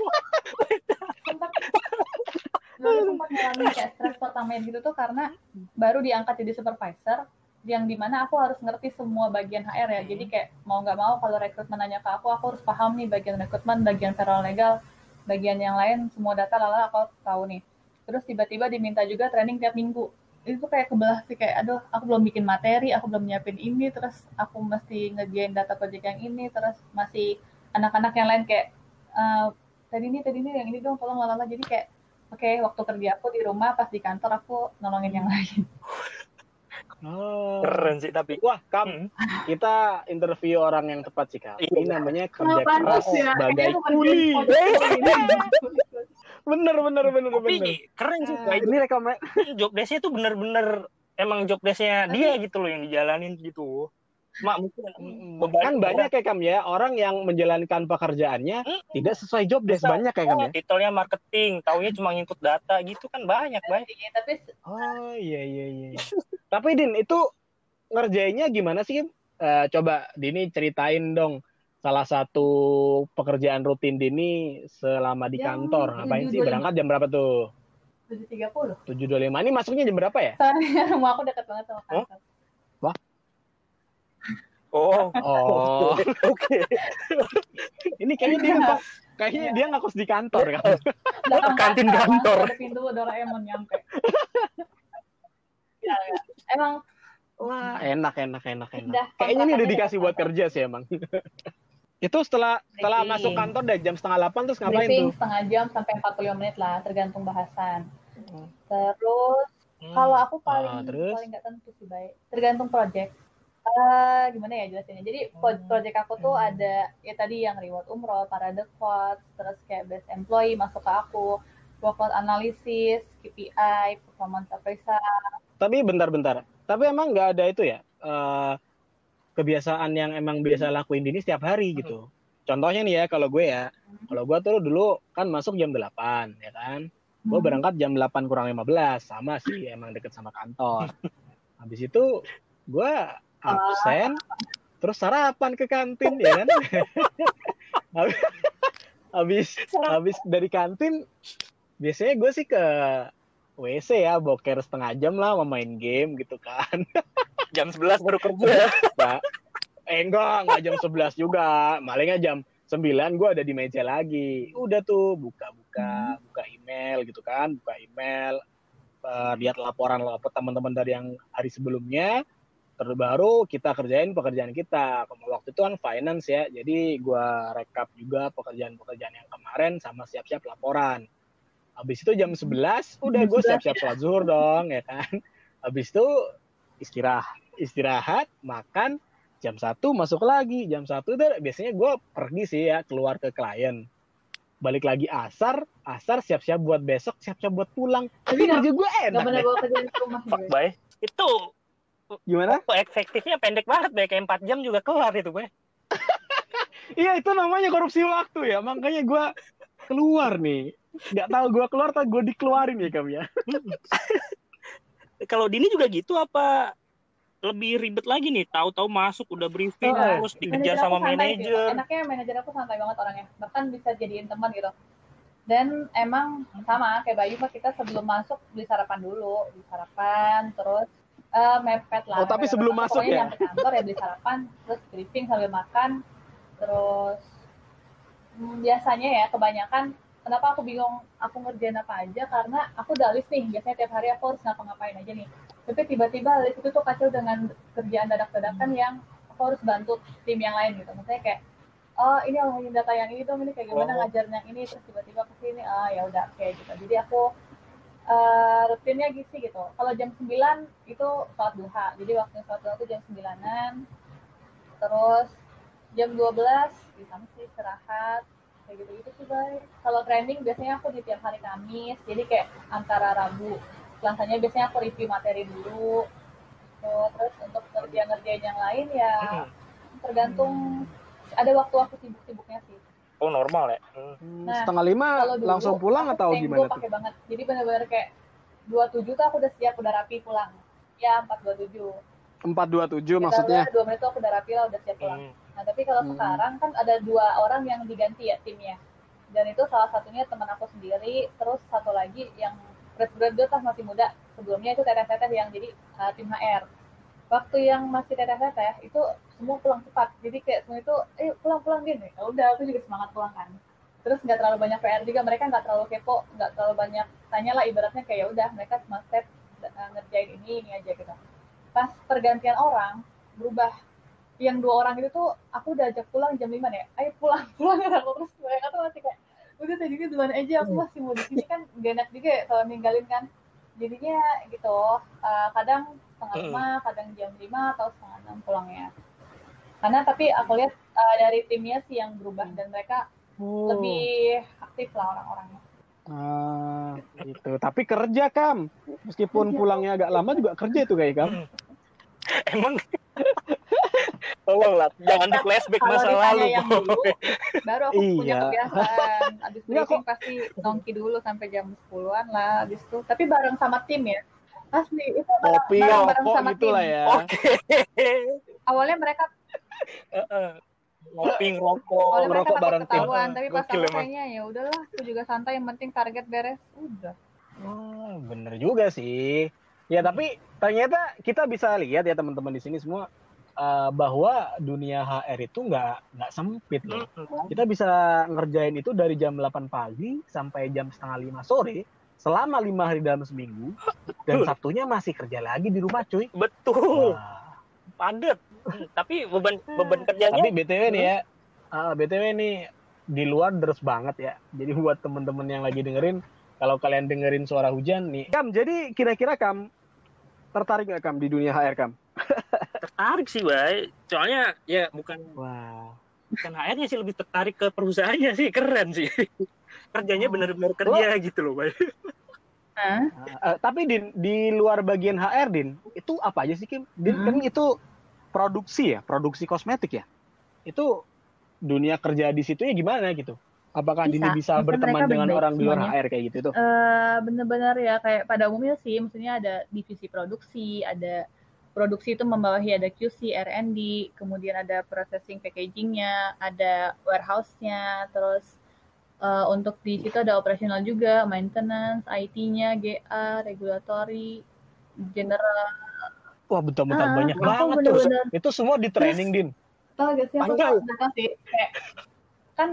sempat ngalamin kayak stres pertama gitu tuh karena baru diangkat jadi supervisor yang dimana aku harus ngerti semua bagian HR ya. Jadi kayak mau nggak mau kalau rekrutmen nanya ke aku harus paham nih bagian rekrutmen, bagian payroll legal, bagian yang lain, semua data lala aku tahu nih. Terus tiba-tiba diminta juga training tiap minggu. Itu kayak kebelah sih kayak aduh aku belum bikin materi, aku belum nyiapin ini, terus aku mesti ngerjain data project yang ini, terus masih anak-anak yang lain kayak tadi ini yang ini dong tolong lala. Jadi kayak oke, waktu kerja aku di rumah pas di kantor aku nolongin yang lain. Oh. Keren sih tapi. Wah, kita interview orang yang tepat sih, Kak. Ini namanya kerja keras sebagai kuli. Bener. Tapi keren sih. Ini job desk-nya tuh bener-bener emang job desk-nya dia gitu loh yang dijalanin gitu. Mungkin kan banyak kayak Kam ya orang yang menjalankan pekerjaannya tidak sesuai job desk, banyak kayak Kam ya. Titelnya marketing, taunya cuma input data gitu kan banyak. Tapi oh iya. Tapi Din itu ngerjainnya gimana sih Kim? Coba Dini ceritain dong salah satu pekerjaan rutin Dini selama di kantor. Ngapain sih? Berangkat jam berapa tuh? 7.30. 7.25. Ini masuknya jam berapa ya? Soalnya rumah aku dekat banget sama kantor. Wah. Oh. Oke. Ini kayaknya dia nggak kos di kantor kan? Kantin kantor. Ada pintu Doraemon nyampe. Ya. Emang wah enak. Kayaknya ini udah dikasih buat kerja sih emang. Itu setelah masuk kantor dari jam 7:30 terus ngapain tuh? Setengah jam sampai 45 menit lah tergantung bahasan. Terus kalau aku paling nggak tentu sih baik. Tergantung project. Gimana ya jelasinnya? Jadi project aku tuh ada ya tadi yang reward umroh, parade quotes, terus kayak best employee masuk ke aku, workload analysis, KPI, performance appraisal. Tapi bentar. Tapi emang nggak ada itu ya kebiasaan yang emang biasa lakuin Dini setiap hari gitu. Contohnya nih ya kalau gue tuh dulu kan masuk jam 8 ya kan. Gue berangkat jam 8:15 sama sih emang deket sama kantor. Habis itu gue absen terus sarapan ke kantin ya kan. habis dari kantin biasanya gue sih ke WC ya, boker setengah jam lah main game gitu kan. Jam 11 baru kerja. Nah, enggak jam 11 juga. Malingnya jam 9 gue ada di meja lagi. Udah tuh buka email gitu kan, lihat laporan teman-teman dari yang hari sebelumnya. Terus baru kita kerjain pekerjaan kita. Waktu itu kan finance ya, jadi gue rekap juga pekerjaan-pekerjaan yang kemarin sama siap-siap laporan. Habis itu jam 11, udah gue siap-siap sholat zuhur dong, ya kan. Habis itu istirahat, makan, jam 1 masuk lagi. Jam 1 udah biasanya gue pergi sih ya, keluar ke klien. Balik lagi asar siap-siap buat besok, siap-siap buat pulang. Tapi kerja gue enak. Gak bener bawa kerjaan ke rumah. Baik. Itu gimana? Efektifnya pendek banget, kayak 4 jam juga kelar itu, Bay. Iya, itu namanya korupsi waktu ya. Makanya gue keluar nih. Nggak tahu gue keluar atau gue dikeluarin ya kamu ya. Kalau Dini juga gitu apa lebih ribet lagi nih? Tahu-tahu masuk udah briefing terus dikejar sama manajer. Enaknya manajer aku santai banget orangnya. Bahkan bisa jadiin teman gitu. Dan emang sama kayak Bayu mah kita sebelum masuk beli sarapan dulu, terus mepet lah. Oh, tapi sebelum masuk ya? Pokoknya nyampe kantor ya beli sarapan, terus briefing sambil makan, terus biasanya ya kebanyakan kenapa aku bingung aku ngerjain apa aja karena aku udah list nih biasanya tiap hari aku harus ngapa-ngapain aja nih. Tapi tiba-tiba list itu tuh kacau dengan kerjaan dadak-dadakan yang aku harus bantu tim yang lain gitu. Maksudnya kayak ini ngomongin data yang ini dong, ini kayak gimana ngajarin yang ini, terus tiba-tiba kesini ya udah kayak gitu. Jadi aku rutinnya gitu. Kalau jam 9 itu sholat duha. Jadi waktu sholat duha itu jam 9-an. Terus jam 12 bisa sih istirahat. Kayak gitu-gitu sih, Bay. Kalau training biasanya aku di tiap hari Kamis. Jadi kayak antara Rabu. Selasanya biasanya aku review materi dulu. gitu. Terus untuk ngerjain yang lain ya tergantung, ada waktu-waktu sibuk-sibuknya sih. Oh normal ya. Nah, 4:30 kalau dulu, langsung pulang aku atau tango gimana tuh? pakai banget. Jadi benar-benar kayak 27 tuh aku udah siap, udah rapi pulang. Ya 4:27. 4:27 Kita maksudnya. 2 menit tuh aku udah rapi lah, udah siap pulang. Nah tapi kalau sekarang kan ada 2 orang yang diganti ya timnya. Dan itu salah satunya teman aku sendiri, terus satu lagi yang fresh graduate masih muda. Sebelumnya itu teteh-teteh yang jadi tim HR. Waktu yang masih teteh-teteh itu semua pulang cepat. Jadi kayak semua itu, pulang-pulang gini. Ya udah, aku juga semangat pulang kan. Terus nggak terlalu banyak PR juga, mereka nggak terlalu kepo, nggak terlalu banyak tanya lah, ibaratnya kayak ya udah mereka cuma step ngerjain ini aja gitu. Pas pergantian orang berubah, yang 2 orang itu tuh aku udah ajak pulang jam 5 ya, ayo pulang aku, terus mereka tuh masih kayak udah tadi ini duluan aja, aku masih mau di sini kan gak enak juga ya kalau ninggalin kan, jadinya gitu. Kadang 4:30, kadang jam 5 atau 5:30 pulangnya. Karena tapi aku lihat dari timnya sih yang berubah dan mereka lebih aktif lah orang-orangnya. Gitu. Tapi kerja Kam, meskipun pulangnya agak lama juga kerja itu kayak Kam. Emang tolonglah jangan di flashback masa lalu. Yang dulu, baru aku punya Iya. kebiasaan. Abis Nggak, briefing pasti nongki dulu sampai jam 10-an lah. Abis itu, tapi bareng sama tim ya. Asli, itu Kopi, bareng sama gitu tim. lah ya. Oke. Awalnya mereka ngopi ngerokok. awalnya mereka ngerokok takut bareng tim. ketahuan, tapi pas Gokil aku emang. kayaknya ya udahlah, aku juga santai, yang penting target beres. Udah. Bener juga sih. Ya tapi ternyata kita bisa lihat ya teman-teman di sini semua bahwa dunia HR itu nggak sempit loh. Kita bisa ngerjain itu dari jam 8 pagi sampai jam 4:30 sore selama 5 hari dalam seminggu, dan Sabtunya masih kerja lagi di rumah cuy. Betul. Wah. Padat. Tapi beban kerjanya. Tapi BTW nih ya, BTW nih di luar deres banget ya. Jadi buat temen-temen yang lagi dengerin, kalau kalian dengerin suara hujan nih, Kam, jadi kira-kira Kam tertarik nggak Kam di dunia HR Kam? Tertarik sih, Bay. Soalnya ya bukan HR-nya sih, lebih tertarik ke perusahaannya sih, keren sih. Kerjanya benar-benar kerja gitu loh, Bay. Tapi di luar bagian HR, Din, itu apa aja sih, Kim? Din, kan itu produksi kosmetik ya? Itu dunia kerja di situ ya gimana gitu? Apakah Dini bisa berteman dengan orang di luar HR kayak gitu tuh? Bener-bener ya, kayak pada umumnya sih, maksudnya ada divisi produksi, ada produksi itu membawahi ada QC, R&D, kemudian ada processing packaging-nya, ada warehouse-nya, terus untuk di situ ada operasional juga, maintenance, IT-nya, GA, regulatory, general. Wah, bentar-bentar banyak banget tuh. Itu semua di training, Din. Tahu gak sih, aku tahu sih. Kayak, kan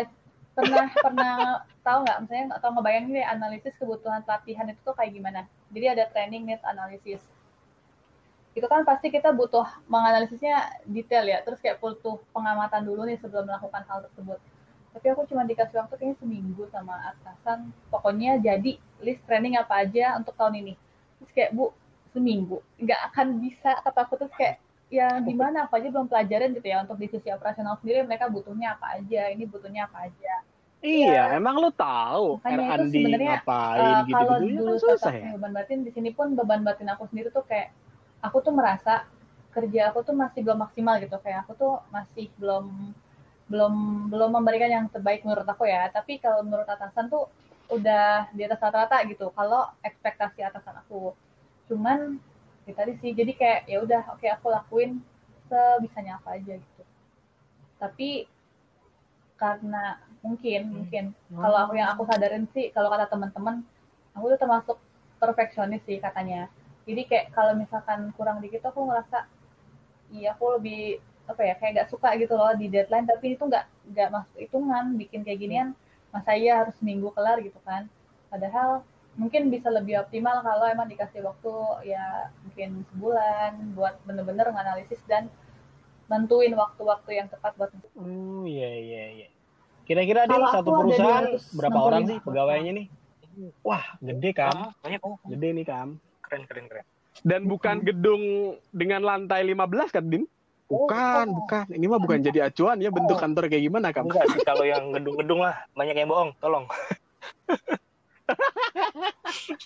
pernah tahu nggak, misalnya atau ngebayangin deh analisis kebutuhan pelatihan itu tuh kayak gimana. Jadi ada training need analysis. Itu kan pasti kita butuh menganalisisnya detail ya, terus kayak butuh pengamatan dulu nih sebelum melakukan hal tersebut. Tapi aku cuma dikasih waktu kayaknya seminggu sama atasan, pokoknya jadi list training apa aja untuk tahun ini. Terus kayak, Bu, seminggu nggak akan bisa, kata aku. Terus kayak, ya gimana, apa aja belum pelajarin gitu ya, untuk divisi operasional sendiri mereka butuhnya apa aja, ini butuhnya apa aja. Iya, emang lu tahu R&D ngapain gitu-gitu kalau ya, dulu kan susah ya. Beban batin, di sini pun beban batin aku sendiri tuh kayak, aku tuh merasa kerja aku tuh masih belum maksimal gitu, kayak aku tuh masih belum memberikan yang terbaik menurut aku ya. Tapi kalau menurut atasan tuh udah di atas rata-rata gitu kalau ekspektasi atasan aku. Cuman ya tadi sih, jadi kayak ya udah, oke, aku lakuin sebisanya apa aja gitu. Tapi karena mungkin kalau aku sadarin sih, kalau kata teman-teman, aku tuh termasuk perfeksionis sih katanya. Jadi kayak kalau misalkan kurang dikit aku ngerasa iya aku lebih kayak gak suka gitu loh di deadline, tapi itu nggak masuk hitungan, bikin kayak ginian masa iya harus seminggu kelar gitu kan. Padahal mungkin bisa lebih optimal kalau emang dikasih waktu ya mungkin sebulan buat bener-bener menganalisis dan nentuin waktu-waktu yang tepat buat. Iya. Kira-kira di satu perusahaan berapa orang sih pegawainya nih? Wah, gede Kam. Gede nih Kam. Keren. Dan bukan gedung dengan lantai 15 kan, Din? Bukan. Ini mah bukan jadi acuan ya bentuk kantor kayak gimana, Kam? Enggak sih, kalau yang gedung-gedung lah banyak yang bohong, tolong.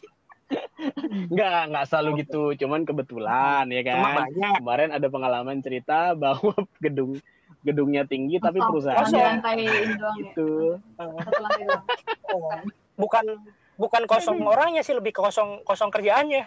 Nggak selalu gitu, cuman kebetulan ya Cuma kan. banyak. Kemarin ada pengalaman cerita bahwa gedungnya tinggi tapi Kosong. perusahaan Di lantai ini doang ya. gitu. Satu lantai doang. Oh, bukan kosong orangnya sih, lebih kosong kerjaannya.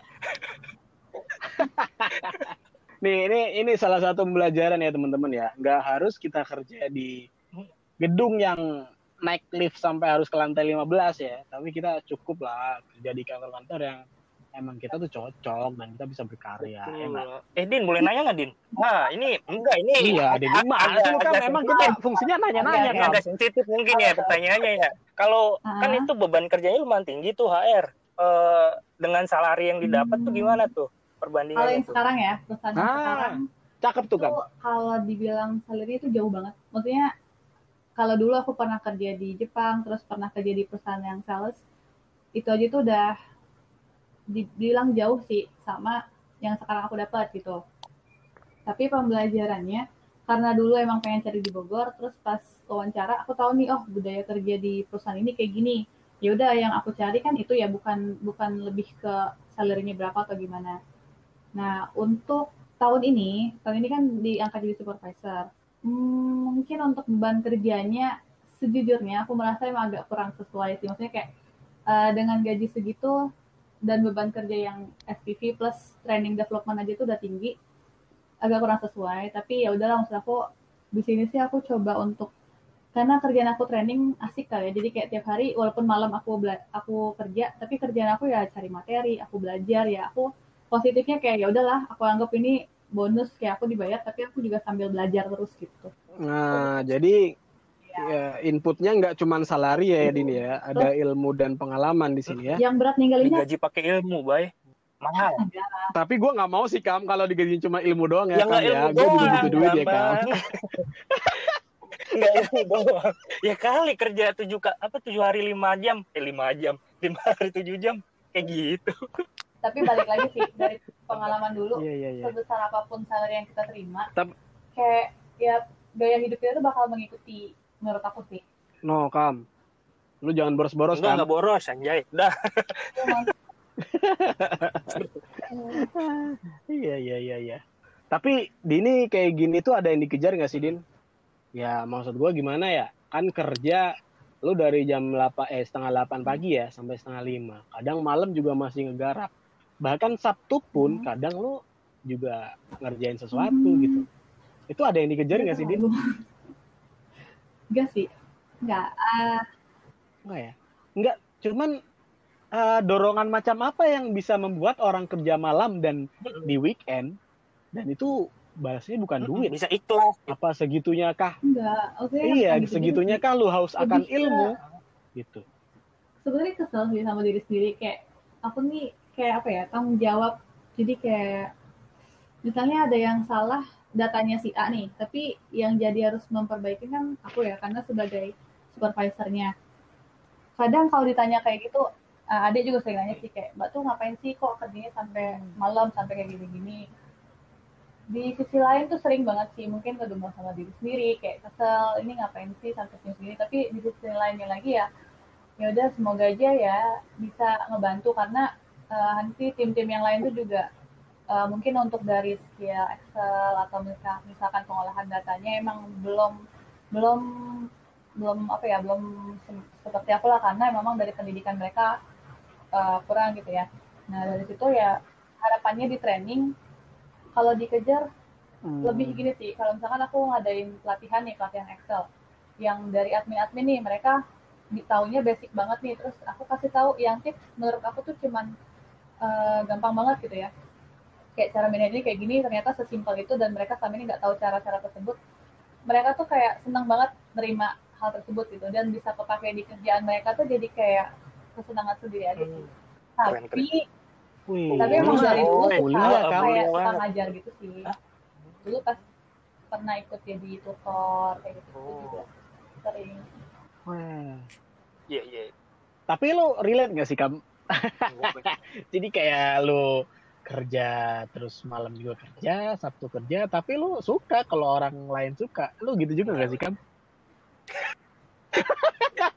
Nih, ini salah satu pembelajaran ya teman-teman ya. Nggak harus kita kerja di gedung yang naik lift sampai harus ke lantai 15 ya. Tapi kita cukup lah kerja di kantor-kantor yang emang kita tuh cocok dan kita bisa berkarya. Ya nggak? Din, boleh nanya nggak, Din? Nah, ini enggak, ini Iya, di mana sih lu kan emang kita fungsinya nanya-nanya ini kan. agak sensitif mungkin ya pertanyaannya ya. Kalau kan itu beban kerjanya lumayan tinggi tuh HR. Dengan salari yang didapat tuh gimana tuh Kalau perbandingannya yang tuh? sekarang ya, perusahaan yang sekarang Cakep tuh kan. itu kalau dibilang salary itu jauh banget. Maksudnya kalau dulu aku pernah kerja di Jepang, terus pernah kerja di perusahaan yang sales, itu aja tuh udah dibilang jauh sih sama yang sekarang aku dapat gitu. Tapi pembelajarannya, karena dulu emang pengen cari di Bogor, terus pas wawancara aku tahu nih, oh budaya kerja di perusahaan ini kayak gini. Ya udah yang aku cari kan itu ya bukan lebih ke salary-nya berapa atau gimana. Nah, untuk tahun ini kan diangkat jadi supervisor. Mungkin untuk beban kerjanya, sejujurnya aku merasa emang agak kurang sesuai sih. Maksudnya kayak dengan gaji segitu dan beban kerja yang FPV plus training development aja itu udah tinggi, agak kurang sesuai. Tapi ya udahlah, maksud aku di sini sih aku coba untuk, karena kerjaan aku training asik kali ya, jadi kayak tiap hari walaupun malam aku kerja, tapi kerjaan aku ya cari materi, aku belajar, ya aku positifnya kayak ya udahlah, aku anggap ini bonus, kayak aku dibayar tapi aku juga sambil belajar terus gitu. Nah, jadi ya, inputnya nggak cuma salari ya Din ya, ada ilmu dan pengalaman di sini ya. Yang berat ninggalinnya digaji pakai ilmu, bay. Mahal. Tapi gue nggak mau sih Kam kalau digaji cuma ilmu doang ya, Ya Kam nggak ya. ilmu Gue butuh doang, duit ya Kam. Bang. Nggak ilmu doang. Ya kali kerja 7 hari 5 jam, 5 jam, 5 hari 7 jam, kayak gitu. Tapi balik lagi sih dari pengalaman dulu, Iya. sebesar apapun salary yang kita terima, Tapi- kayak ya gaya hidup kita tuh bakal mengikuti, menurut aku sih. No Kam, lu jangan boros-boros Enggak, Kam. nggak boros, anjay. Udah. Iya. Tapi Dini kayak gini tuh ada yang dikejar nggak sih Din? Ya maksud gue gimana ya? Kan kerja lu dari jam 7:30 pagi ya sampai 4:30. Kadang malam juga masih ngegarap. Bahkan Sabtu pun kadang lu juga ngerjain sesuatu gitu. Itu ada yang dikejar nggak sih Din? Enggak sih. Enggak. Enggak ya? Enggak. Cuman dorongan macam apa yang bisa membuat orang kerja malam dan di weekend dan itu balasnya bukan duit? Bisa ikhlas. Apa segitunya kah? Enggak. Iya, segitunya kah lu haus akan ilmu? Gitu. Sebenarnya kesel sih sama diri sendiri, kayak aku nih kayak apa ya, tanggung jawab. Jadi kayak misalnya ada yang salah datanya si A nih, tapi yang jadi harus memperbaiki kan aku ya, karena sebagai supervisornya. Kadang kalau ditanya kayak gitu, adik juga sering nanya sih kayak, Mbak tuh ngapain sih kok kerjanya sampai malam, sampai kayak gini-gini. Di sisi lain tuh sering banget sih mungkin kedumel sama diri sendiri, kayak kesel, ini ngapain sih sampai sini, tapi di sisi lainnya lagi ya udah semoga aja ya bisa ngebantu, karena nanti tim-tim yang lain tuh juga mungkin untuk dari skill Excel atau misalkan pengolahan datanya emang belum seperti aku lah, karena memang dari pendidikan mereka kurang gitu ya. Nah dari situ ya harapannya di training kalau dikejar lebih gini sih, kalau misalkan aku ngadain pelatihan Excel yang dari admin nih, mereka taunya basic banget nih, terus aku kasih tahu yang tips menurut aku tuh cuman gampang banget gitu ya, kayak cara manajenya kayak gini, ternyata sesimpel itu, dan mereka selama ini nggak tahu cara-cara tersebut. Mereka tuh kayak senang banget nerima hal tersebut gitu, dan bisa kepakai di kerjaan mereka tuh, jadi kayak kesenangan sendiri aja sih. Tapi emang dari dulu kayak suka ngajar gitu sih. Dulu pas pernah ikut jadi tutor kayak gitu juga sering. Iya. Tapi lu relate nggak sih Kam? Jadi kayak lu kerja terus malam juga kerja, Sabtu kerja, tapi lu suka kalau orang lain suka. Lu gitu juga nggak sih Kam?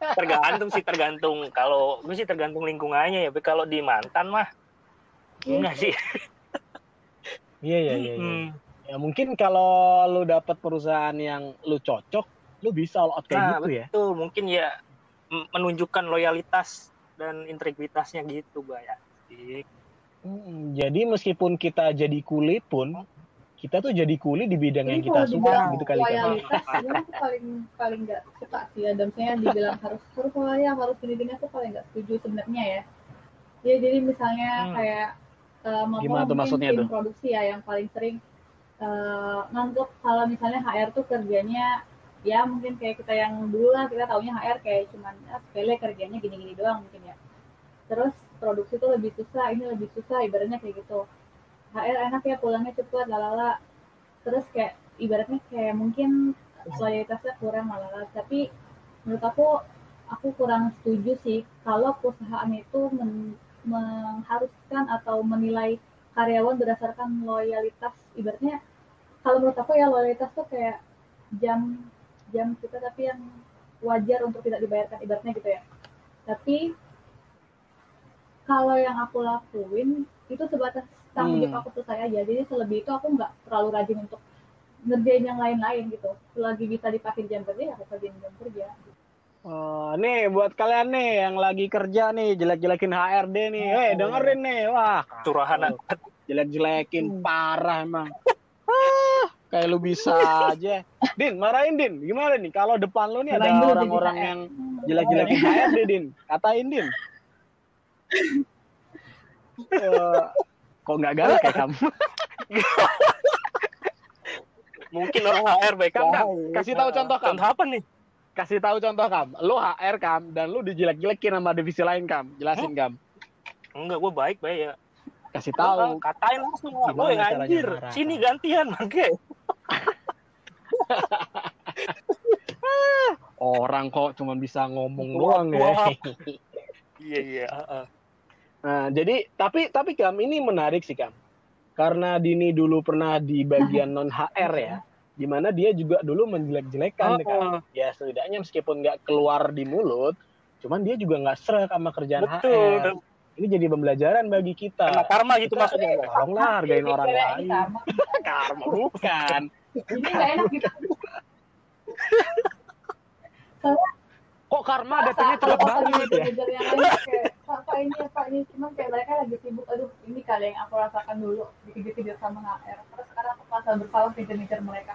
tergantung. Kalau gue sih tergantung lingkungannya ya. Tapi kalau di mantan mah enggak sih. Iya. Ya mungkin kalau lu dapat perusahaan yang lu cocok, lu bisa all out kayak gitu ya. Betul. Mungkin ya menunjukkan loyalitas dan integritasnya gitu, Mbak ya. Jadi meskipun kita jadi kuli pun, kita tuh jadi kuli di bidang yang kita suka gitu kali kan. Loyalitas gue tuh paling nggak suka sih ya. Dan misalnya dibilang harus loyal, harus gini aku paling nggak setuju sebenarnya ya. Ya jadi misalnya kayak gimana tuh maksudnya tim tuh? produksi ya yang paling sering nganggep kalau misalnya HR tuh kerjanya ya mungkin kayak kita yang dulu lah, kita taunya HR kayak cuman sepele kerjanya gini-gini doang mungkin ya. Terus produksi tuh lebih susah, ini lebih susah, ibaratnya kayak gitu. HR enak ya pulangnya cepet, lalala. Terus kayak ibaratnya kayak mungkin loyalitasnya kurang, lalala. Tapi menurut aku kurang setuju sih kalau perusahaan itu mengharuskan atau menilai karyawan berdasarkan loyalitas. Ibaratnya kalau menurut aku ya loyalitas tuh kayak jam kita tapi yang wajar untuk tidak dibayarkan, ibaratnya gitu ya. Tapi kalau yang aku lakuin itu sebatas tanggung jawab aku tuh saya aja. Jadi selebih itu aku nggak terlalu rajin untuk ngerjain yang lain-lain gitu. Selagi bisa dipakai jam kerja ya aku kerjain jam kerja. Nih buat kalian nih yang lagi kerja nih jelek-jelekin HRD nih, dengerin nih, wah curahan jelek-jelekin parah emang. Kayak lu bisa aja. Din, marahin Din. Gimana nih kalau depan lu nih ada orang-orang yang jelek-jelekin HRD Din? Katain Din. Kok nggak galak ya kamu? Mungkin orang HR baik Kam, kasih tahu contoh Kam. Contoh apa nih? Kasih tahu contoh Kam. Lu HR Kam dan lu dijelek-jelekin sama divisi lain Kam. Jelasin Kam. Enggak, gue baik ya. Kasih tahu. Katain langsung. Gue anjir. Sini gantian makanya. Orang kok cuma bisa ngomong doang ya. Iya. Nah, jadi tapi Kam ini menarik sih Kam. Karena Dini dulu pernah di bagian non HR ya, di mana dia juga dulu menjelek-jelekan Kam. Ya setidaknya meskipun nggak keluar di mulut, cuman dia juga nggak srek sama kerjaan HR. Ini jadi pembelajaran bagi kita. Karena karma gitu maksudnya. Tolonglah hargain orang lain. Karma bukan. Ini nggak enak gitu. Kok karma datangnya cepat banget ya? Yang lain kayak Pak ini cuman kayak mereka lagi sibuk. Aduh, ini kali yang aku rasakan dulu dikejar-kejar sama HR. Terus sekarang aku merasa bersalah kejar-kejar mereka.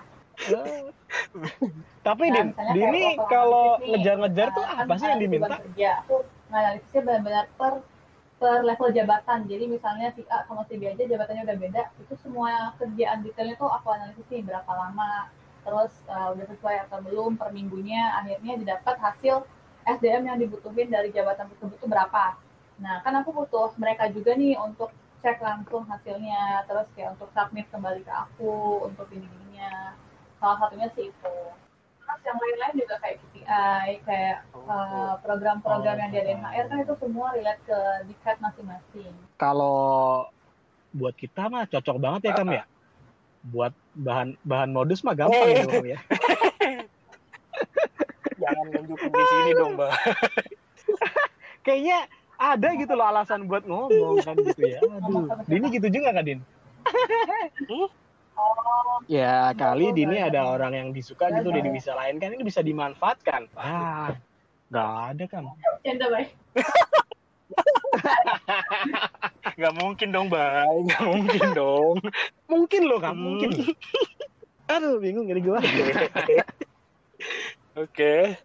Tapi Dini kalau ngejar-ngejar tuh apa sih yang diminta? Kerja. Aku analisisnya benar-benar per level jabatan. Jadi misalnya si A sama si B aja jabatannya udah beda. Itu semua kerjaan detailnya tuh aku analisis nih berapa lama. Terus udah sesuai atau belum per minggunya, akhirnya didapat hasil SDM yang dibutuhin dari jabatan tersebut itu berapa. Nah, kan aku butuh mereka juga nih untuk cek langsung hasilnya, terus kayak untuk submit kembali ke aku, untuk gini-gininya. Salah satunya sih itu. Terus yang lain-lain juga kayak KPI, kayak program-program yang diadain HR kan itu semua relate ke dekat masing-masing. Kalau buat kita mah cocok banget ya Kam ya? Buat bahan modus mah gampang ya. Jangan nunjukin di sini dong, Mbak. Kayaknya ada gitu loh alasan buat ngomong kan gitu ya. Aduh, Dini gitu juga kan Din? Ya kali Dini ada orang yang disuka gitu di divisi lain kan, ini bisa dimanfaatkan. Nggak ada kan? Canda baik. Nggak mungkin dong, Bang. Nggak mungkin dong. Mungkin loh, Kak. Mungkin. Aduh, bingung jadi gue. Oke.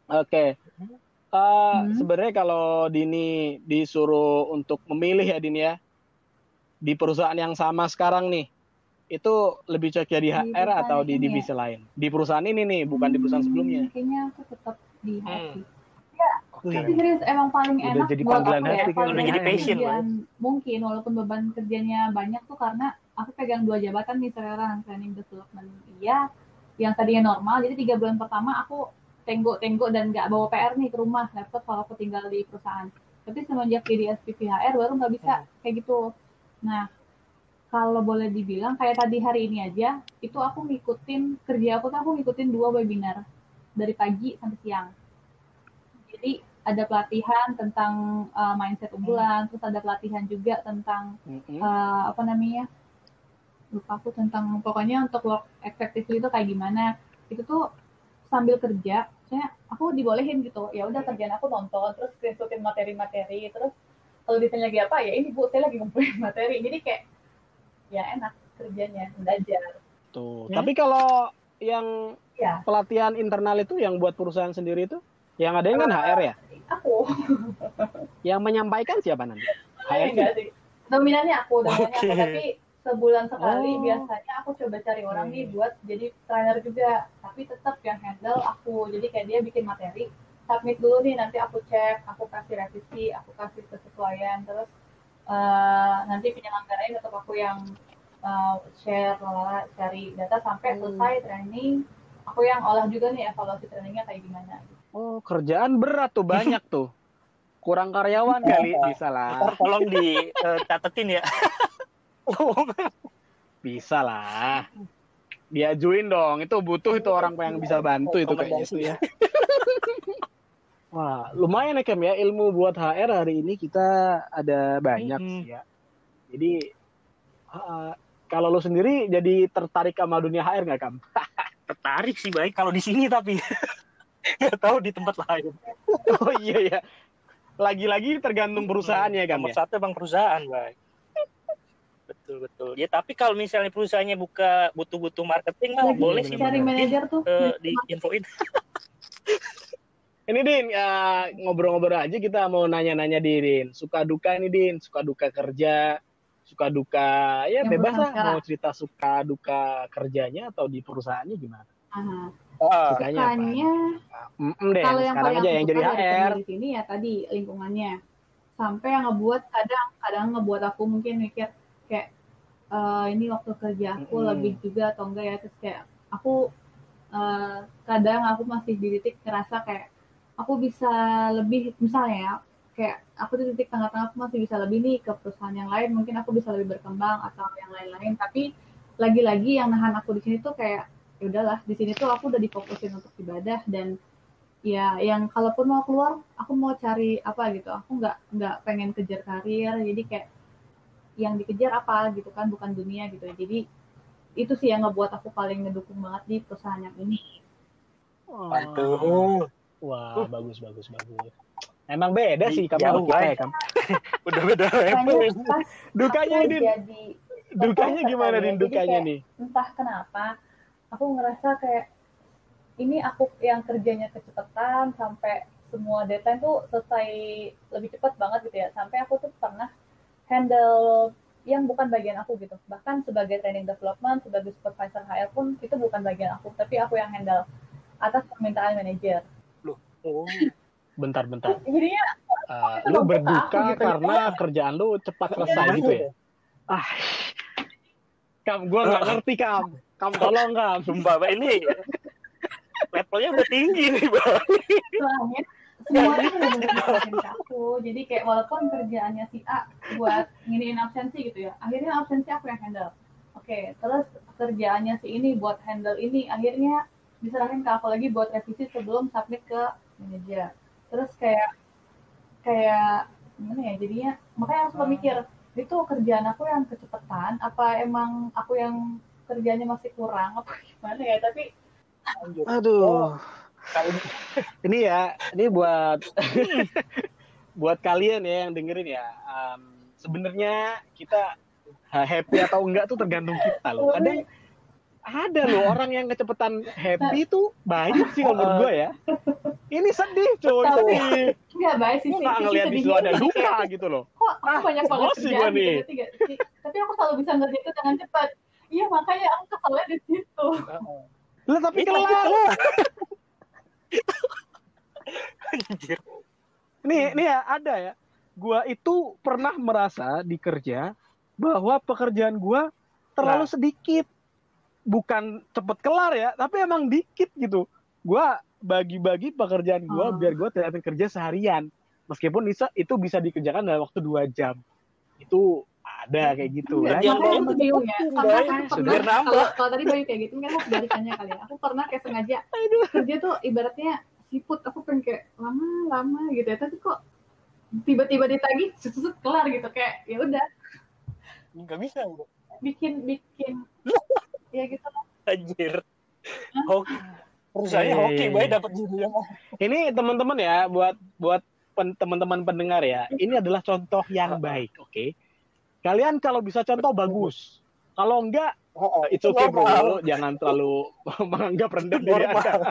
Sebenarnya kalau Dini disuruh untuk memilih ya Dini ya, di perusahaan yang sama sekarang nih, itu lebih cocok jadi HR atau di divisi lain? Di perusahaan ini nih, bukan di perusahaan sebelumnya. Kayaknya aku tetap di HR. Tapi serius emang paling enak jadi buat panggilan aku ya. hati, udah jadi passion mungkin walaupun beban kerjanya banyak tuh karena aku pegang 2 jabatan nih sekarang, training development iya, yang tadinya normal. Jadi 3 bulan pertama aku tenggo dan nggak bawa PR nih ke rumah, laptop kalau aku tinggal di perusahaan. Tapi semenjak jadi SPV HR baru nggak bisa kayak gitu. Nah, kalau boleh dibilang kayak tadi hari ini aja, itu aku ngikutin kerja aku tuh aku ngikutin 2 webinar dari pagi sampai siang. nanti ada pelatihan tentang mindset unggulan, terus ada pelatihan juga tentang apa namanya, lupa aku, tentang pokoknya untuk work effectively itu kayak gimana. Itu tuh sambil kerja, saya aku dibolehin gitu, ya udah kerjaan aku nonton, terus screenshotin materi-materi, terus kalau ditanya lagi apa, ya ini Bu, saya lagi ngumpulin materi. Jadi kayak ya enak kerjanya, belajar. Tuh. Tapi kalau yang Ya, pelatihan internal itu yang buat perusahaan sendiri itu, yang ada kan HR ya? aku Yang menyampaikan siapa nanti? enggak sih. Dominannya aku, Oke. tapi sebulan sekali Oh. biasanya aku coba cari orang nih buat jadi trainer juga, tapi tetap yang handle aku. Jadi kayak dia bikin materi, submit dulu nih, nanti aku cek, aku kasih revisi, aku kasih kesesuaian, terus nanti penyelenggarain tetap aku yang share, cari data sampai selesai training. Aku yang olah juga nih evaluasi trainingnya kayak gimana. Oh, kerjaan berat tuh, banyak tuh. Kurang karyawan kali, bisa lah. Ntar tolong dicatetin ya. Bisa lah. Diajuin dong, itu butuh itu orang yang bisa bantu itu kayaknya tuh ya. Wah, lumayan ya Kem ya, ilmu buat HR hari ini kita ada banyak sih ya. Jadi kalau lu sendiri jadi tertarik sama dunia HR nggak Kam? Tertarik sih baik kalau di sini, tapi nggak tahu di tempat lain. Oh iya ya. Lagi-lagi tergantung perusahaannya kan Nomor ya. satu bang perusahaan baik. Betul. Ya tapi kalau misalnya perusahaannya butuh marketing mah Lagi boleh sih. cari manajer tuh. Diinfoin. Ini Din, ngobrol-ngobrol aja kita mau nanya-nanya Din. Suka duka nih Din, suka duka kerja, suka duka, ya Yang bebas lah perusahaan mau cerita suka duka kerjanya atau di perusahaannya gimana. Sukanya Deh, kalau yang sekarang paling aja aku yang suka jadi dari HR. kerja di sini ya tadi lingkungannya, sampai yang ngebuat kadang ngebuat aku mungkin mikir kayak ini waktu kerja aku lebih juga atau enggak ya, terus kayak aku kadang aku masih di titik ngerasa kayak aku bisa lebih, misalnya ya, kayak aku di titik tengah-tengah aku masih bisa lebih nih ke perusahaan yang lain, mungkin aku bisa lebih berkembang atau yang lain-lain, tapi lagi-lagi yang nahan aku di sini tuh kayak ya udahlah, di sini tuh aku udah difokusin untuk ibadah, dan ya yang kalaupun mau keluar aku mau cari apa gitu, aku nggak pengen kejar karir, jadi kayak yang dikejar apa gitu kan, bukan dunia gitu. Jadi itu sih yang ngebuat aku paling ngedukung banget di perusahaan yang ini. Mantul. Wah, bagus. Emang beda sih kamu Jauh, sama kita Bay. ya, Kam. Udah beda level. Pas Dukanya aku Din. jadi Dukanya gimana Din, jadi dukanya kayak, nih? entah kenapa aku ngerasa kayak ini aku yang kerjanya kecepatan sampai semua deadline tuh selesai lebih cepat banget gitu ya, sampai aku tuh pernah handle yang bukan bagian aku gitu, bahkan sebagai training development, sebagai supervisor HR pun itu bukan bagian aku, tapi aku yang handle atas permintaan manajer. Oh. Bentar. Jadinya Lu berduka aku gitu. karena kerjaan lu cepat selesai gitu ya? Kam, gue nggak ngerti Kam. Kam tolong Kam. Sumpah, Pak, ini levelnya udah tinggi nih, Bang. Soalnya semuanya benar-benar ke aku. Jadi kayak walaupun kerjaannya si A buat nginiin absensi gitu ya, akhirnya absensi aku yang handle. Oke, terus kerjaannya si ini buat handle ini, akhirnya diserahin ke aku lagi buat revisi sebelum submit ke manajer. Terus kayak gimana ya, jadinya makanya aku suka mikir, itu kerjaan aku yang kecepatan apa emang aku yang kerjanya masih kurang apa gimana ya. Tapi Aduh. Ini buat kalian ya yang dengerin ya. Sebenarnya kita happy atau enggak tuh tergantung kita loh. Ada loh orang yang kecepatan happy tuh banyak sih menurut gue ya. Ini sedih coy, sedih. Enggak baik sih. Gue nggak ngeliat di situ ada duka gitu loh. Kok aku banyak banget kerjaan gitu. Tapi aku selalu bisa ngerjain itu dengan cepat. Iya, makanya aku keselnya di situ. Lah tapi kelar. Anjir. Nih ya, ada ya. Gua itu pernah merasa di kerja bahwa pekerjaan gua terlalu sedikit. Bukan cepet kelar ya, tapi emang dikit gitu. Gua bagi-bagi pekerjaan gua biar gua terlihat kerja seharian. Meskipun itu bisa dikerjakan dalam waktu 2 jam. Itu ada kayak gitu. Makanya aku bingung ya. Karena nambah. kalau tadi Bayu kayak gitu, mungkin aku kebalikannya kali ya. Aku pernah kayak sengaja kerja tuh ibaratnya siput, aku pengen kayak lama gitu ya, tapi kok tiba-tiba ditagih susut kelar gitu, kayak ya udah Nggak bisa bro. bikin ya gitu lah. Anjir. Hoki. Perusahaannya hoki, baik dapat judulnya. Ini teman-teman ya, buat teman-teman pendengar ya, ini adalah contoh yang baik, oke? Kalian kalau bisa contoh bagus. Kalau enggak, it's okay bro, jangan terlalu menganggap rendah diri Anda.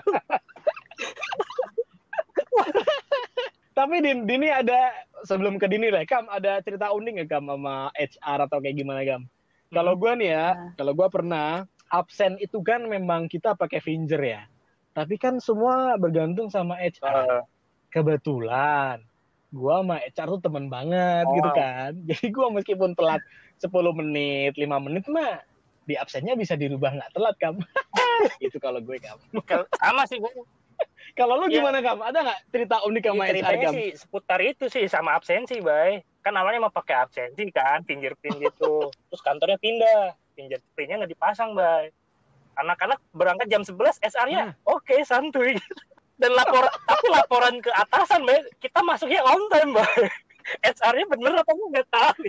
Tapi Dini ada, sebelum ke Dini lah, Kam, ada cerita unik nggak Kam sama HR atau kayak gimana Kam? Kalau gue nih ya, kalau gue pernah, absen itu kan memang kita pakai Finger ya. Tapi kan semua bergantung sama HR. Kebetulan, gue sama HR tuh temen banget gitu kan. Jadi gue meskipun telat 10 menit, 5 menit mah, di absennya bisa dirubah nggak telat Kam. Itu kalau gue Kam. Sama sih gue. Kalau lu gimana Kam? Ada nggak cerita unik sama HR Ceritanya Kam? sih seputar itu sih, sama absensi, Bay. Kan awalnya mau pakai absensi kan, fingerprint gitu. Terus kantornya pindah, fingerprintnya nggak dipasang, Bay. Anak-anak berangkat jam 11, SR-nya oke, santuy. Dan laporan ke atasan, Bay. Kita masuknya on time, Bay. SR-nya bener apa nggak tahu.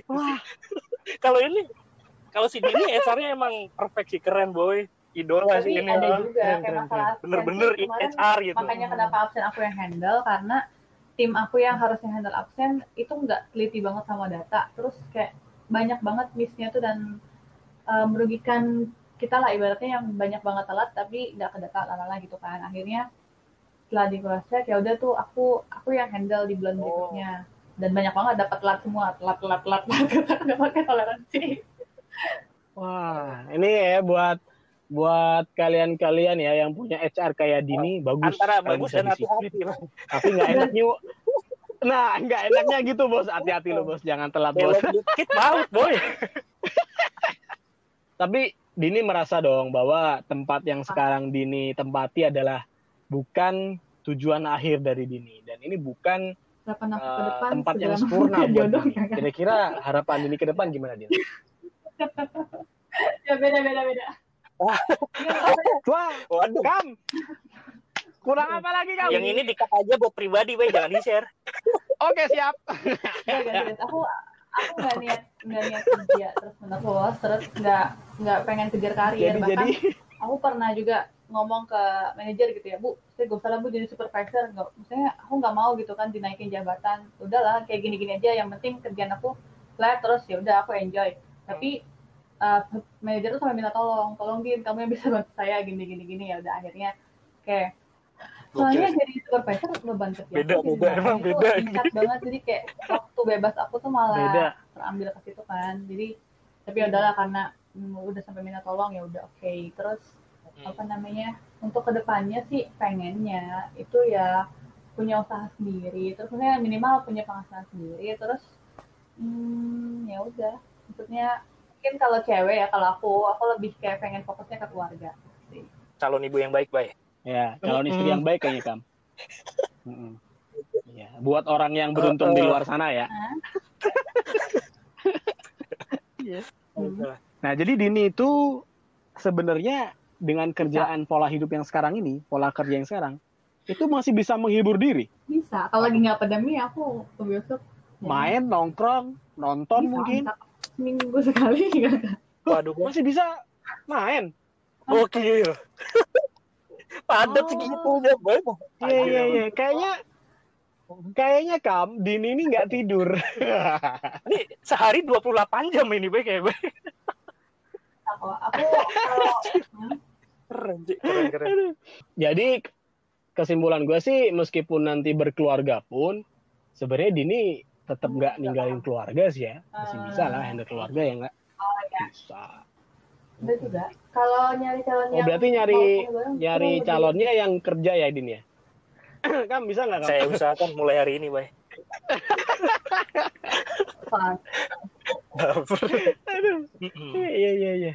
Kalau si Dini SR-nya emang perfect sih, keren, boy. Idola sih ini. Ada juga kayak masalah bener-bener HR gitu. Makanya kenapa absen aku yang handle, karena tim aku yang harusnya handle absen itu nggak teliti banget sama data, terus kayak banyak banget miss-nya tuh, dan merugikan kita lah ibaratnya, yang banyak banget telat tapi nggak ke data lalala gitu kan. Akhirnya setelah di cross check ya udah tuh aku yang handle di bulan berikutnya, dan banyak banget dapat telat semua, telat nggak pakai toleransi. Wah, ini ya buat kalian-kalian ya yang punya HR kayak Dini, bagus. Antara bagus dan hati-hati. Tapi nggak enaknya, nggak enaknya gitu bos. Hati-hati lo bos, jangan telat bos. Dikit banget boy. Tapi Dini merasa dong bahwa tempat yang sekarang Dini tempati adalah bukan tujuan akhir dari Dini, dan ini bukan tempat yang sempurna buat Dini. Kira-kira harapan Dini ke depan gimana Dini? Ya beda. Wah, waduh, Kam. Kurang apa lagi Kam? Yang ini di-cut aja buat pribadi, Bay, jangan di-share. Oke, siap. Aku nggak niat kerja terus menerus, terus nggak pengen kejar karir. Bahkan aku pernah juga ngomong ke manajer gitu ya, Bu, saya gak usah lah Bu jadi supervisor, maksudnya aku nggak mau gitu kan dinaikin jabatan. Udahlah kayak gini-gini aja, yang penting kerjaan aku flat terus, ya udah aku enjoy. Tapi manajer tuh sampai minta tolong Din, kamu yang bisa bantu saya gini, ya udah akhirnya kayak soalnya jadi supervisor beban kerja beda singkat banget, jadi kayak waktu bebas aku tuh malah terambil ke situ kan. Jadi tapi ya udahlah, karena udah sampai minta tolong ya udah oke. Terus untuk kedepannya sih pengennya itu ya punya usaha sendiri, terus minimal punya penghasilan sendiri, terus ya udah, maksudnya mungkin kalau cewek ya, kalau aku lebih kayak pengen fokusnya ke keluarga sih. Calon ibu yang baik, Bay. Ya, calon istri yang baik kayaknya Kam. Ya, buat orang yang beruntung di luar sana ya. Nah, jadi Dini itu sebenarnya dengan kerjaan pola hidup yang sekarang ini, pola kerja yang sekarang, itu masih bisa menghibur diri. Bisa. Kalau lagi nggak pandemi, aku ke bioskop. Main, nongkrong, nonton bisa, mungkin. Seminggu sekali. Waduh, masih bisa main. Oke. Padat segitunya, Boy. Iya. Kayaknya Kam, Dini ini nggak tidur. Ini sehari 28 jam ini, Boy, kayak Boy. Keren. Jadi kesimpulan gue sih, meskipun nanti berkeluarga pun, sebenarnya Dini tetap nggak ninggalin keluarga sih ya, masih bisa lah handle keluarga ya nggak? Bisa. Betul juga. Kalau nyari calonnya. Berarti nyari calonnya yang kerja ya Din ya? Kam bisa nggak Kam? Saya usahakan mulai hari ini, Bay. Aduh. Iya.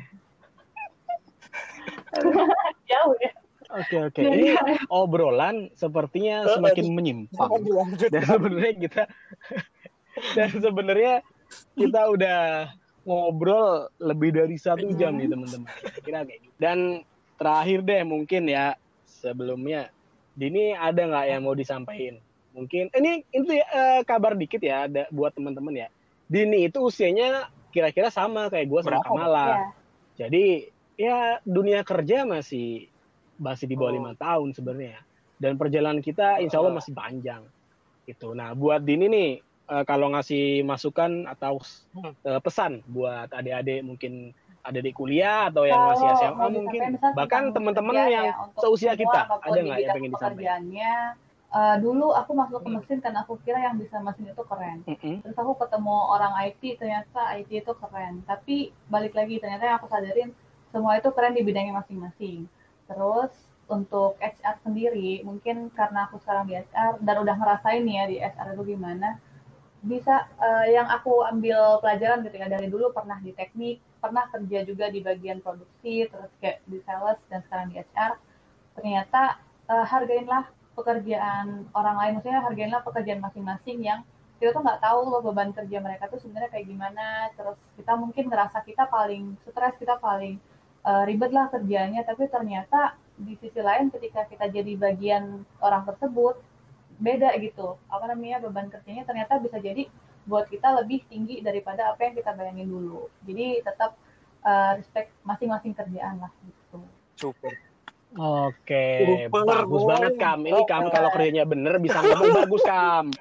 Jauh ya. Oke. Ini obrolan sepertinya semakin menyimpang. Dan sebenarnya kita udah ngobrol lebih dari 1 jam nih teman-teman. Kira kayak gitu. Dan terakhir deh mungkin ya, sebelumnya Dini ada nggak yang mau disampaikan? Mungkin ini kabar dikit ya buat teman-teman ya. Dini itu usianya kira-kira sama kayak gue sama Berapa, Kamala. Iya. Jadi ya dunia kerja masih di bawah 5 tahun sebenarnya. Dan perjalanan kita insya Allah masih panjang. Gitu. Nah buat Dini nih, kalau ngasih masukan atau pesan buat adik-adik mungkin ada di kuliah atau yang masih Kalau SMA mau mungkin, disampaikan bahkan tentang teman-teman kerjaan yang ya, untuk seusia semua kita, apapun ada di nggak yang bidang pengen disampaikan? pekerjaannya, dulu aku masuk ke mesin karena aku kira yang bisa mesin itu keren. Terus aku ketemu orang IT, ternyata IT itu keren. Tapi balik lagi, ternyata yang aku sadarin semua itu keren di bidangnya masing-masing. Terus untuk HR sendiri, mungkin karena aku sekarang di HR dan udah ngerasain nih ya di HR itu gimana, bisa yang aku ambil pelajaran gitu ya, dari dulu pernah di teknik, pernah kerja juga di bagian produksi, terus kayak di sales dan sekarang di HR. Ternyata hargainlah pekerjaan orang lain, maksudnya hargainlah pekerjaan masing-masing yang kita tuh nggak tahu loh beban kerja mereka tuh sebenarnya kayak gimana. Terus kita mungkin ngerasa kita paling stres, kita paling ribet lah kerjanya, tapi ternyata di sisi lain ketika kita jadi bagian orang tersebut beda gitu, beban kerjanya ternyata bisa jadi buat kita lebih tinggi daripada apa yang kita bayangin dulu. Jadi tetap respect masing-masing kerjaan lah gitu. Super. Oke, bagus banget Kam. Ini Kam kalau kerjanya bener bisa ngomong bagus Kam.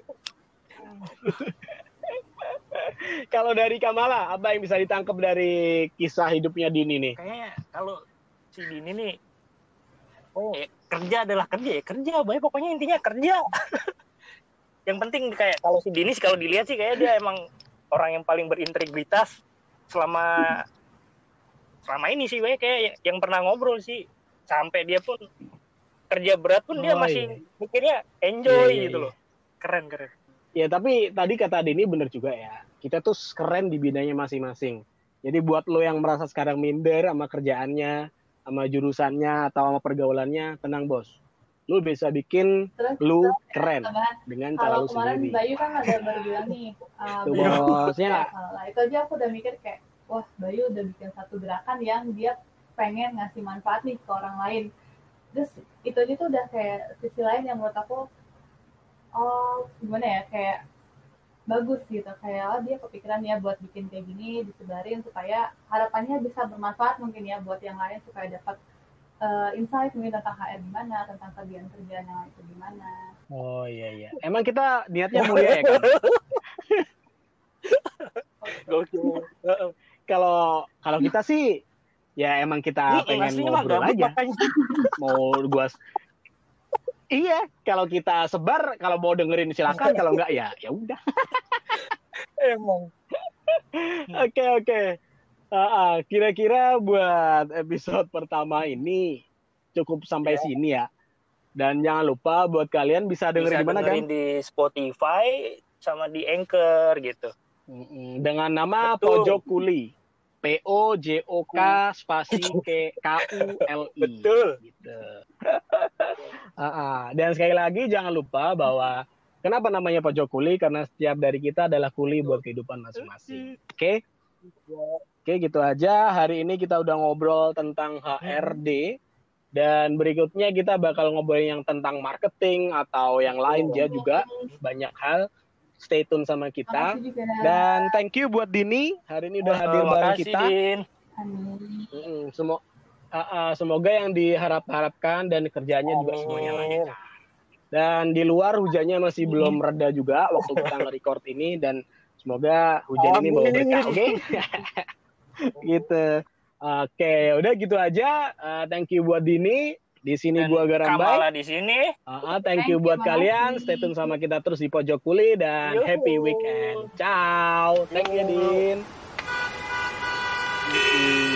Kalau dari Kamala, apa yang bisa ditangkap dari kisah hidupnya Dini nih? Kayaknya kalau si Dini nih, kerja adalah kerja, baik pokoknya intinya kerja. Yang penting kayak kalau si Dini kalau dilihat sih kayak dia emang orang yang paling berintegritas selama ini sih, kayak yang pernah ngobrol sih, sampai dia pun kerja berat pun dia masih mikirnya enjoy gitu loh. Keren. Ya tapi tadi kata Dini bener juga ya, kita tuh keren di bidangnya masing-masing. Jadi buat lo yang merasa sekarang minder sama kerjaannya, sama jurusannya atau sama pergaulannya, tenang bos, lu bisa bikin lu keren dengan cara lu sendiri. Kalau kemarin Bayu kan ada baru bilang nih, bosnya itu aja aku udah mikir kayak, wah Bayu udah bikin satu gerakan yang dia pengen ngasih manfaat nih ke orang lain. Terus itu aja tuh udah kayak sisi lain yang menurut aku, gimana ya, kayak bagus gitu, kayak dia kepikiran ya buat bikin kayak gini, disebarin supaya harapannya bisa bermanfaat mungkin ya buat yang lain, supaya dapat insight mungkin tentang HR gimana, tentang kerjaan yang itu gimana. Oh iya. Emang kita niatnya mulia ya kan? Kalau kita sih ya emang kita pengen ngobrol aja. Mau gua iya, kalau kita sebar, kalau mau dengerin silakan, kalau enggak ya udah. Emang. Oke. Kira-kira buat episode pertama ini cukup sampai sini ya. Dan jangan lupa buat kalian bisa dengerin di mana kan? Di Spotify sama di Anchor gitu. Dengan nama Pojok Kuli. POJOK spasi KULI. Betul. Gitu. Dan sekali lagi jangan lupa bahwa kenapa namanya Pojok Kuli, karena setiap dari kita adalah kuli buat kehidupan masing-masing. Oke, gitu aja. Hari ini kita udah ngobrol tentang HRD, dan berikutnya kita bakal ngobrolin yang tentang marketing atau yang lain juga banyak hal. Stay tune sama kita. Dan thank you buat Dini hari ini udah hadir bareng kita. Semoga yang diharapkan dan kerjanya juga semuanya lancar. Dan di luar hujannya masih belum reda juga waktu kita nge-record ini, dan semoga hujan ini bawa berkah, oke? Gitu. Oke, udah gitu aja. Thank you buat Dini. Di sini gua Garambay. Kamala di sini. Thank you buat kalian. Stay tune sama kita terus di Pojok Kuli, dan happy weekend. Ciao. Thank you, Din.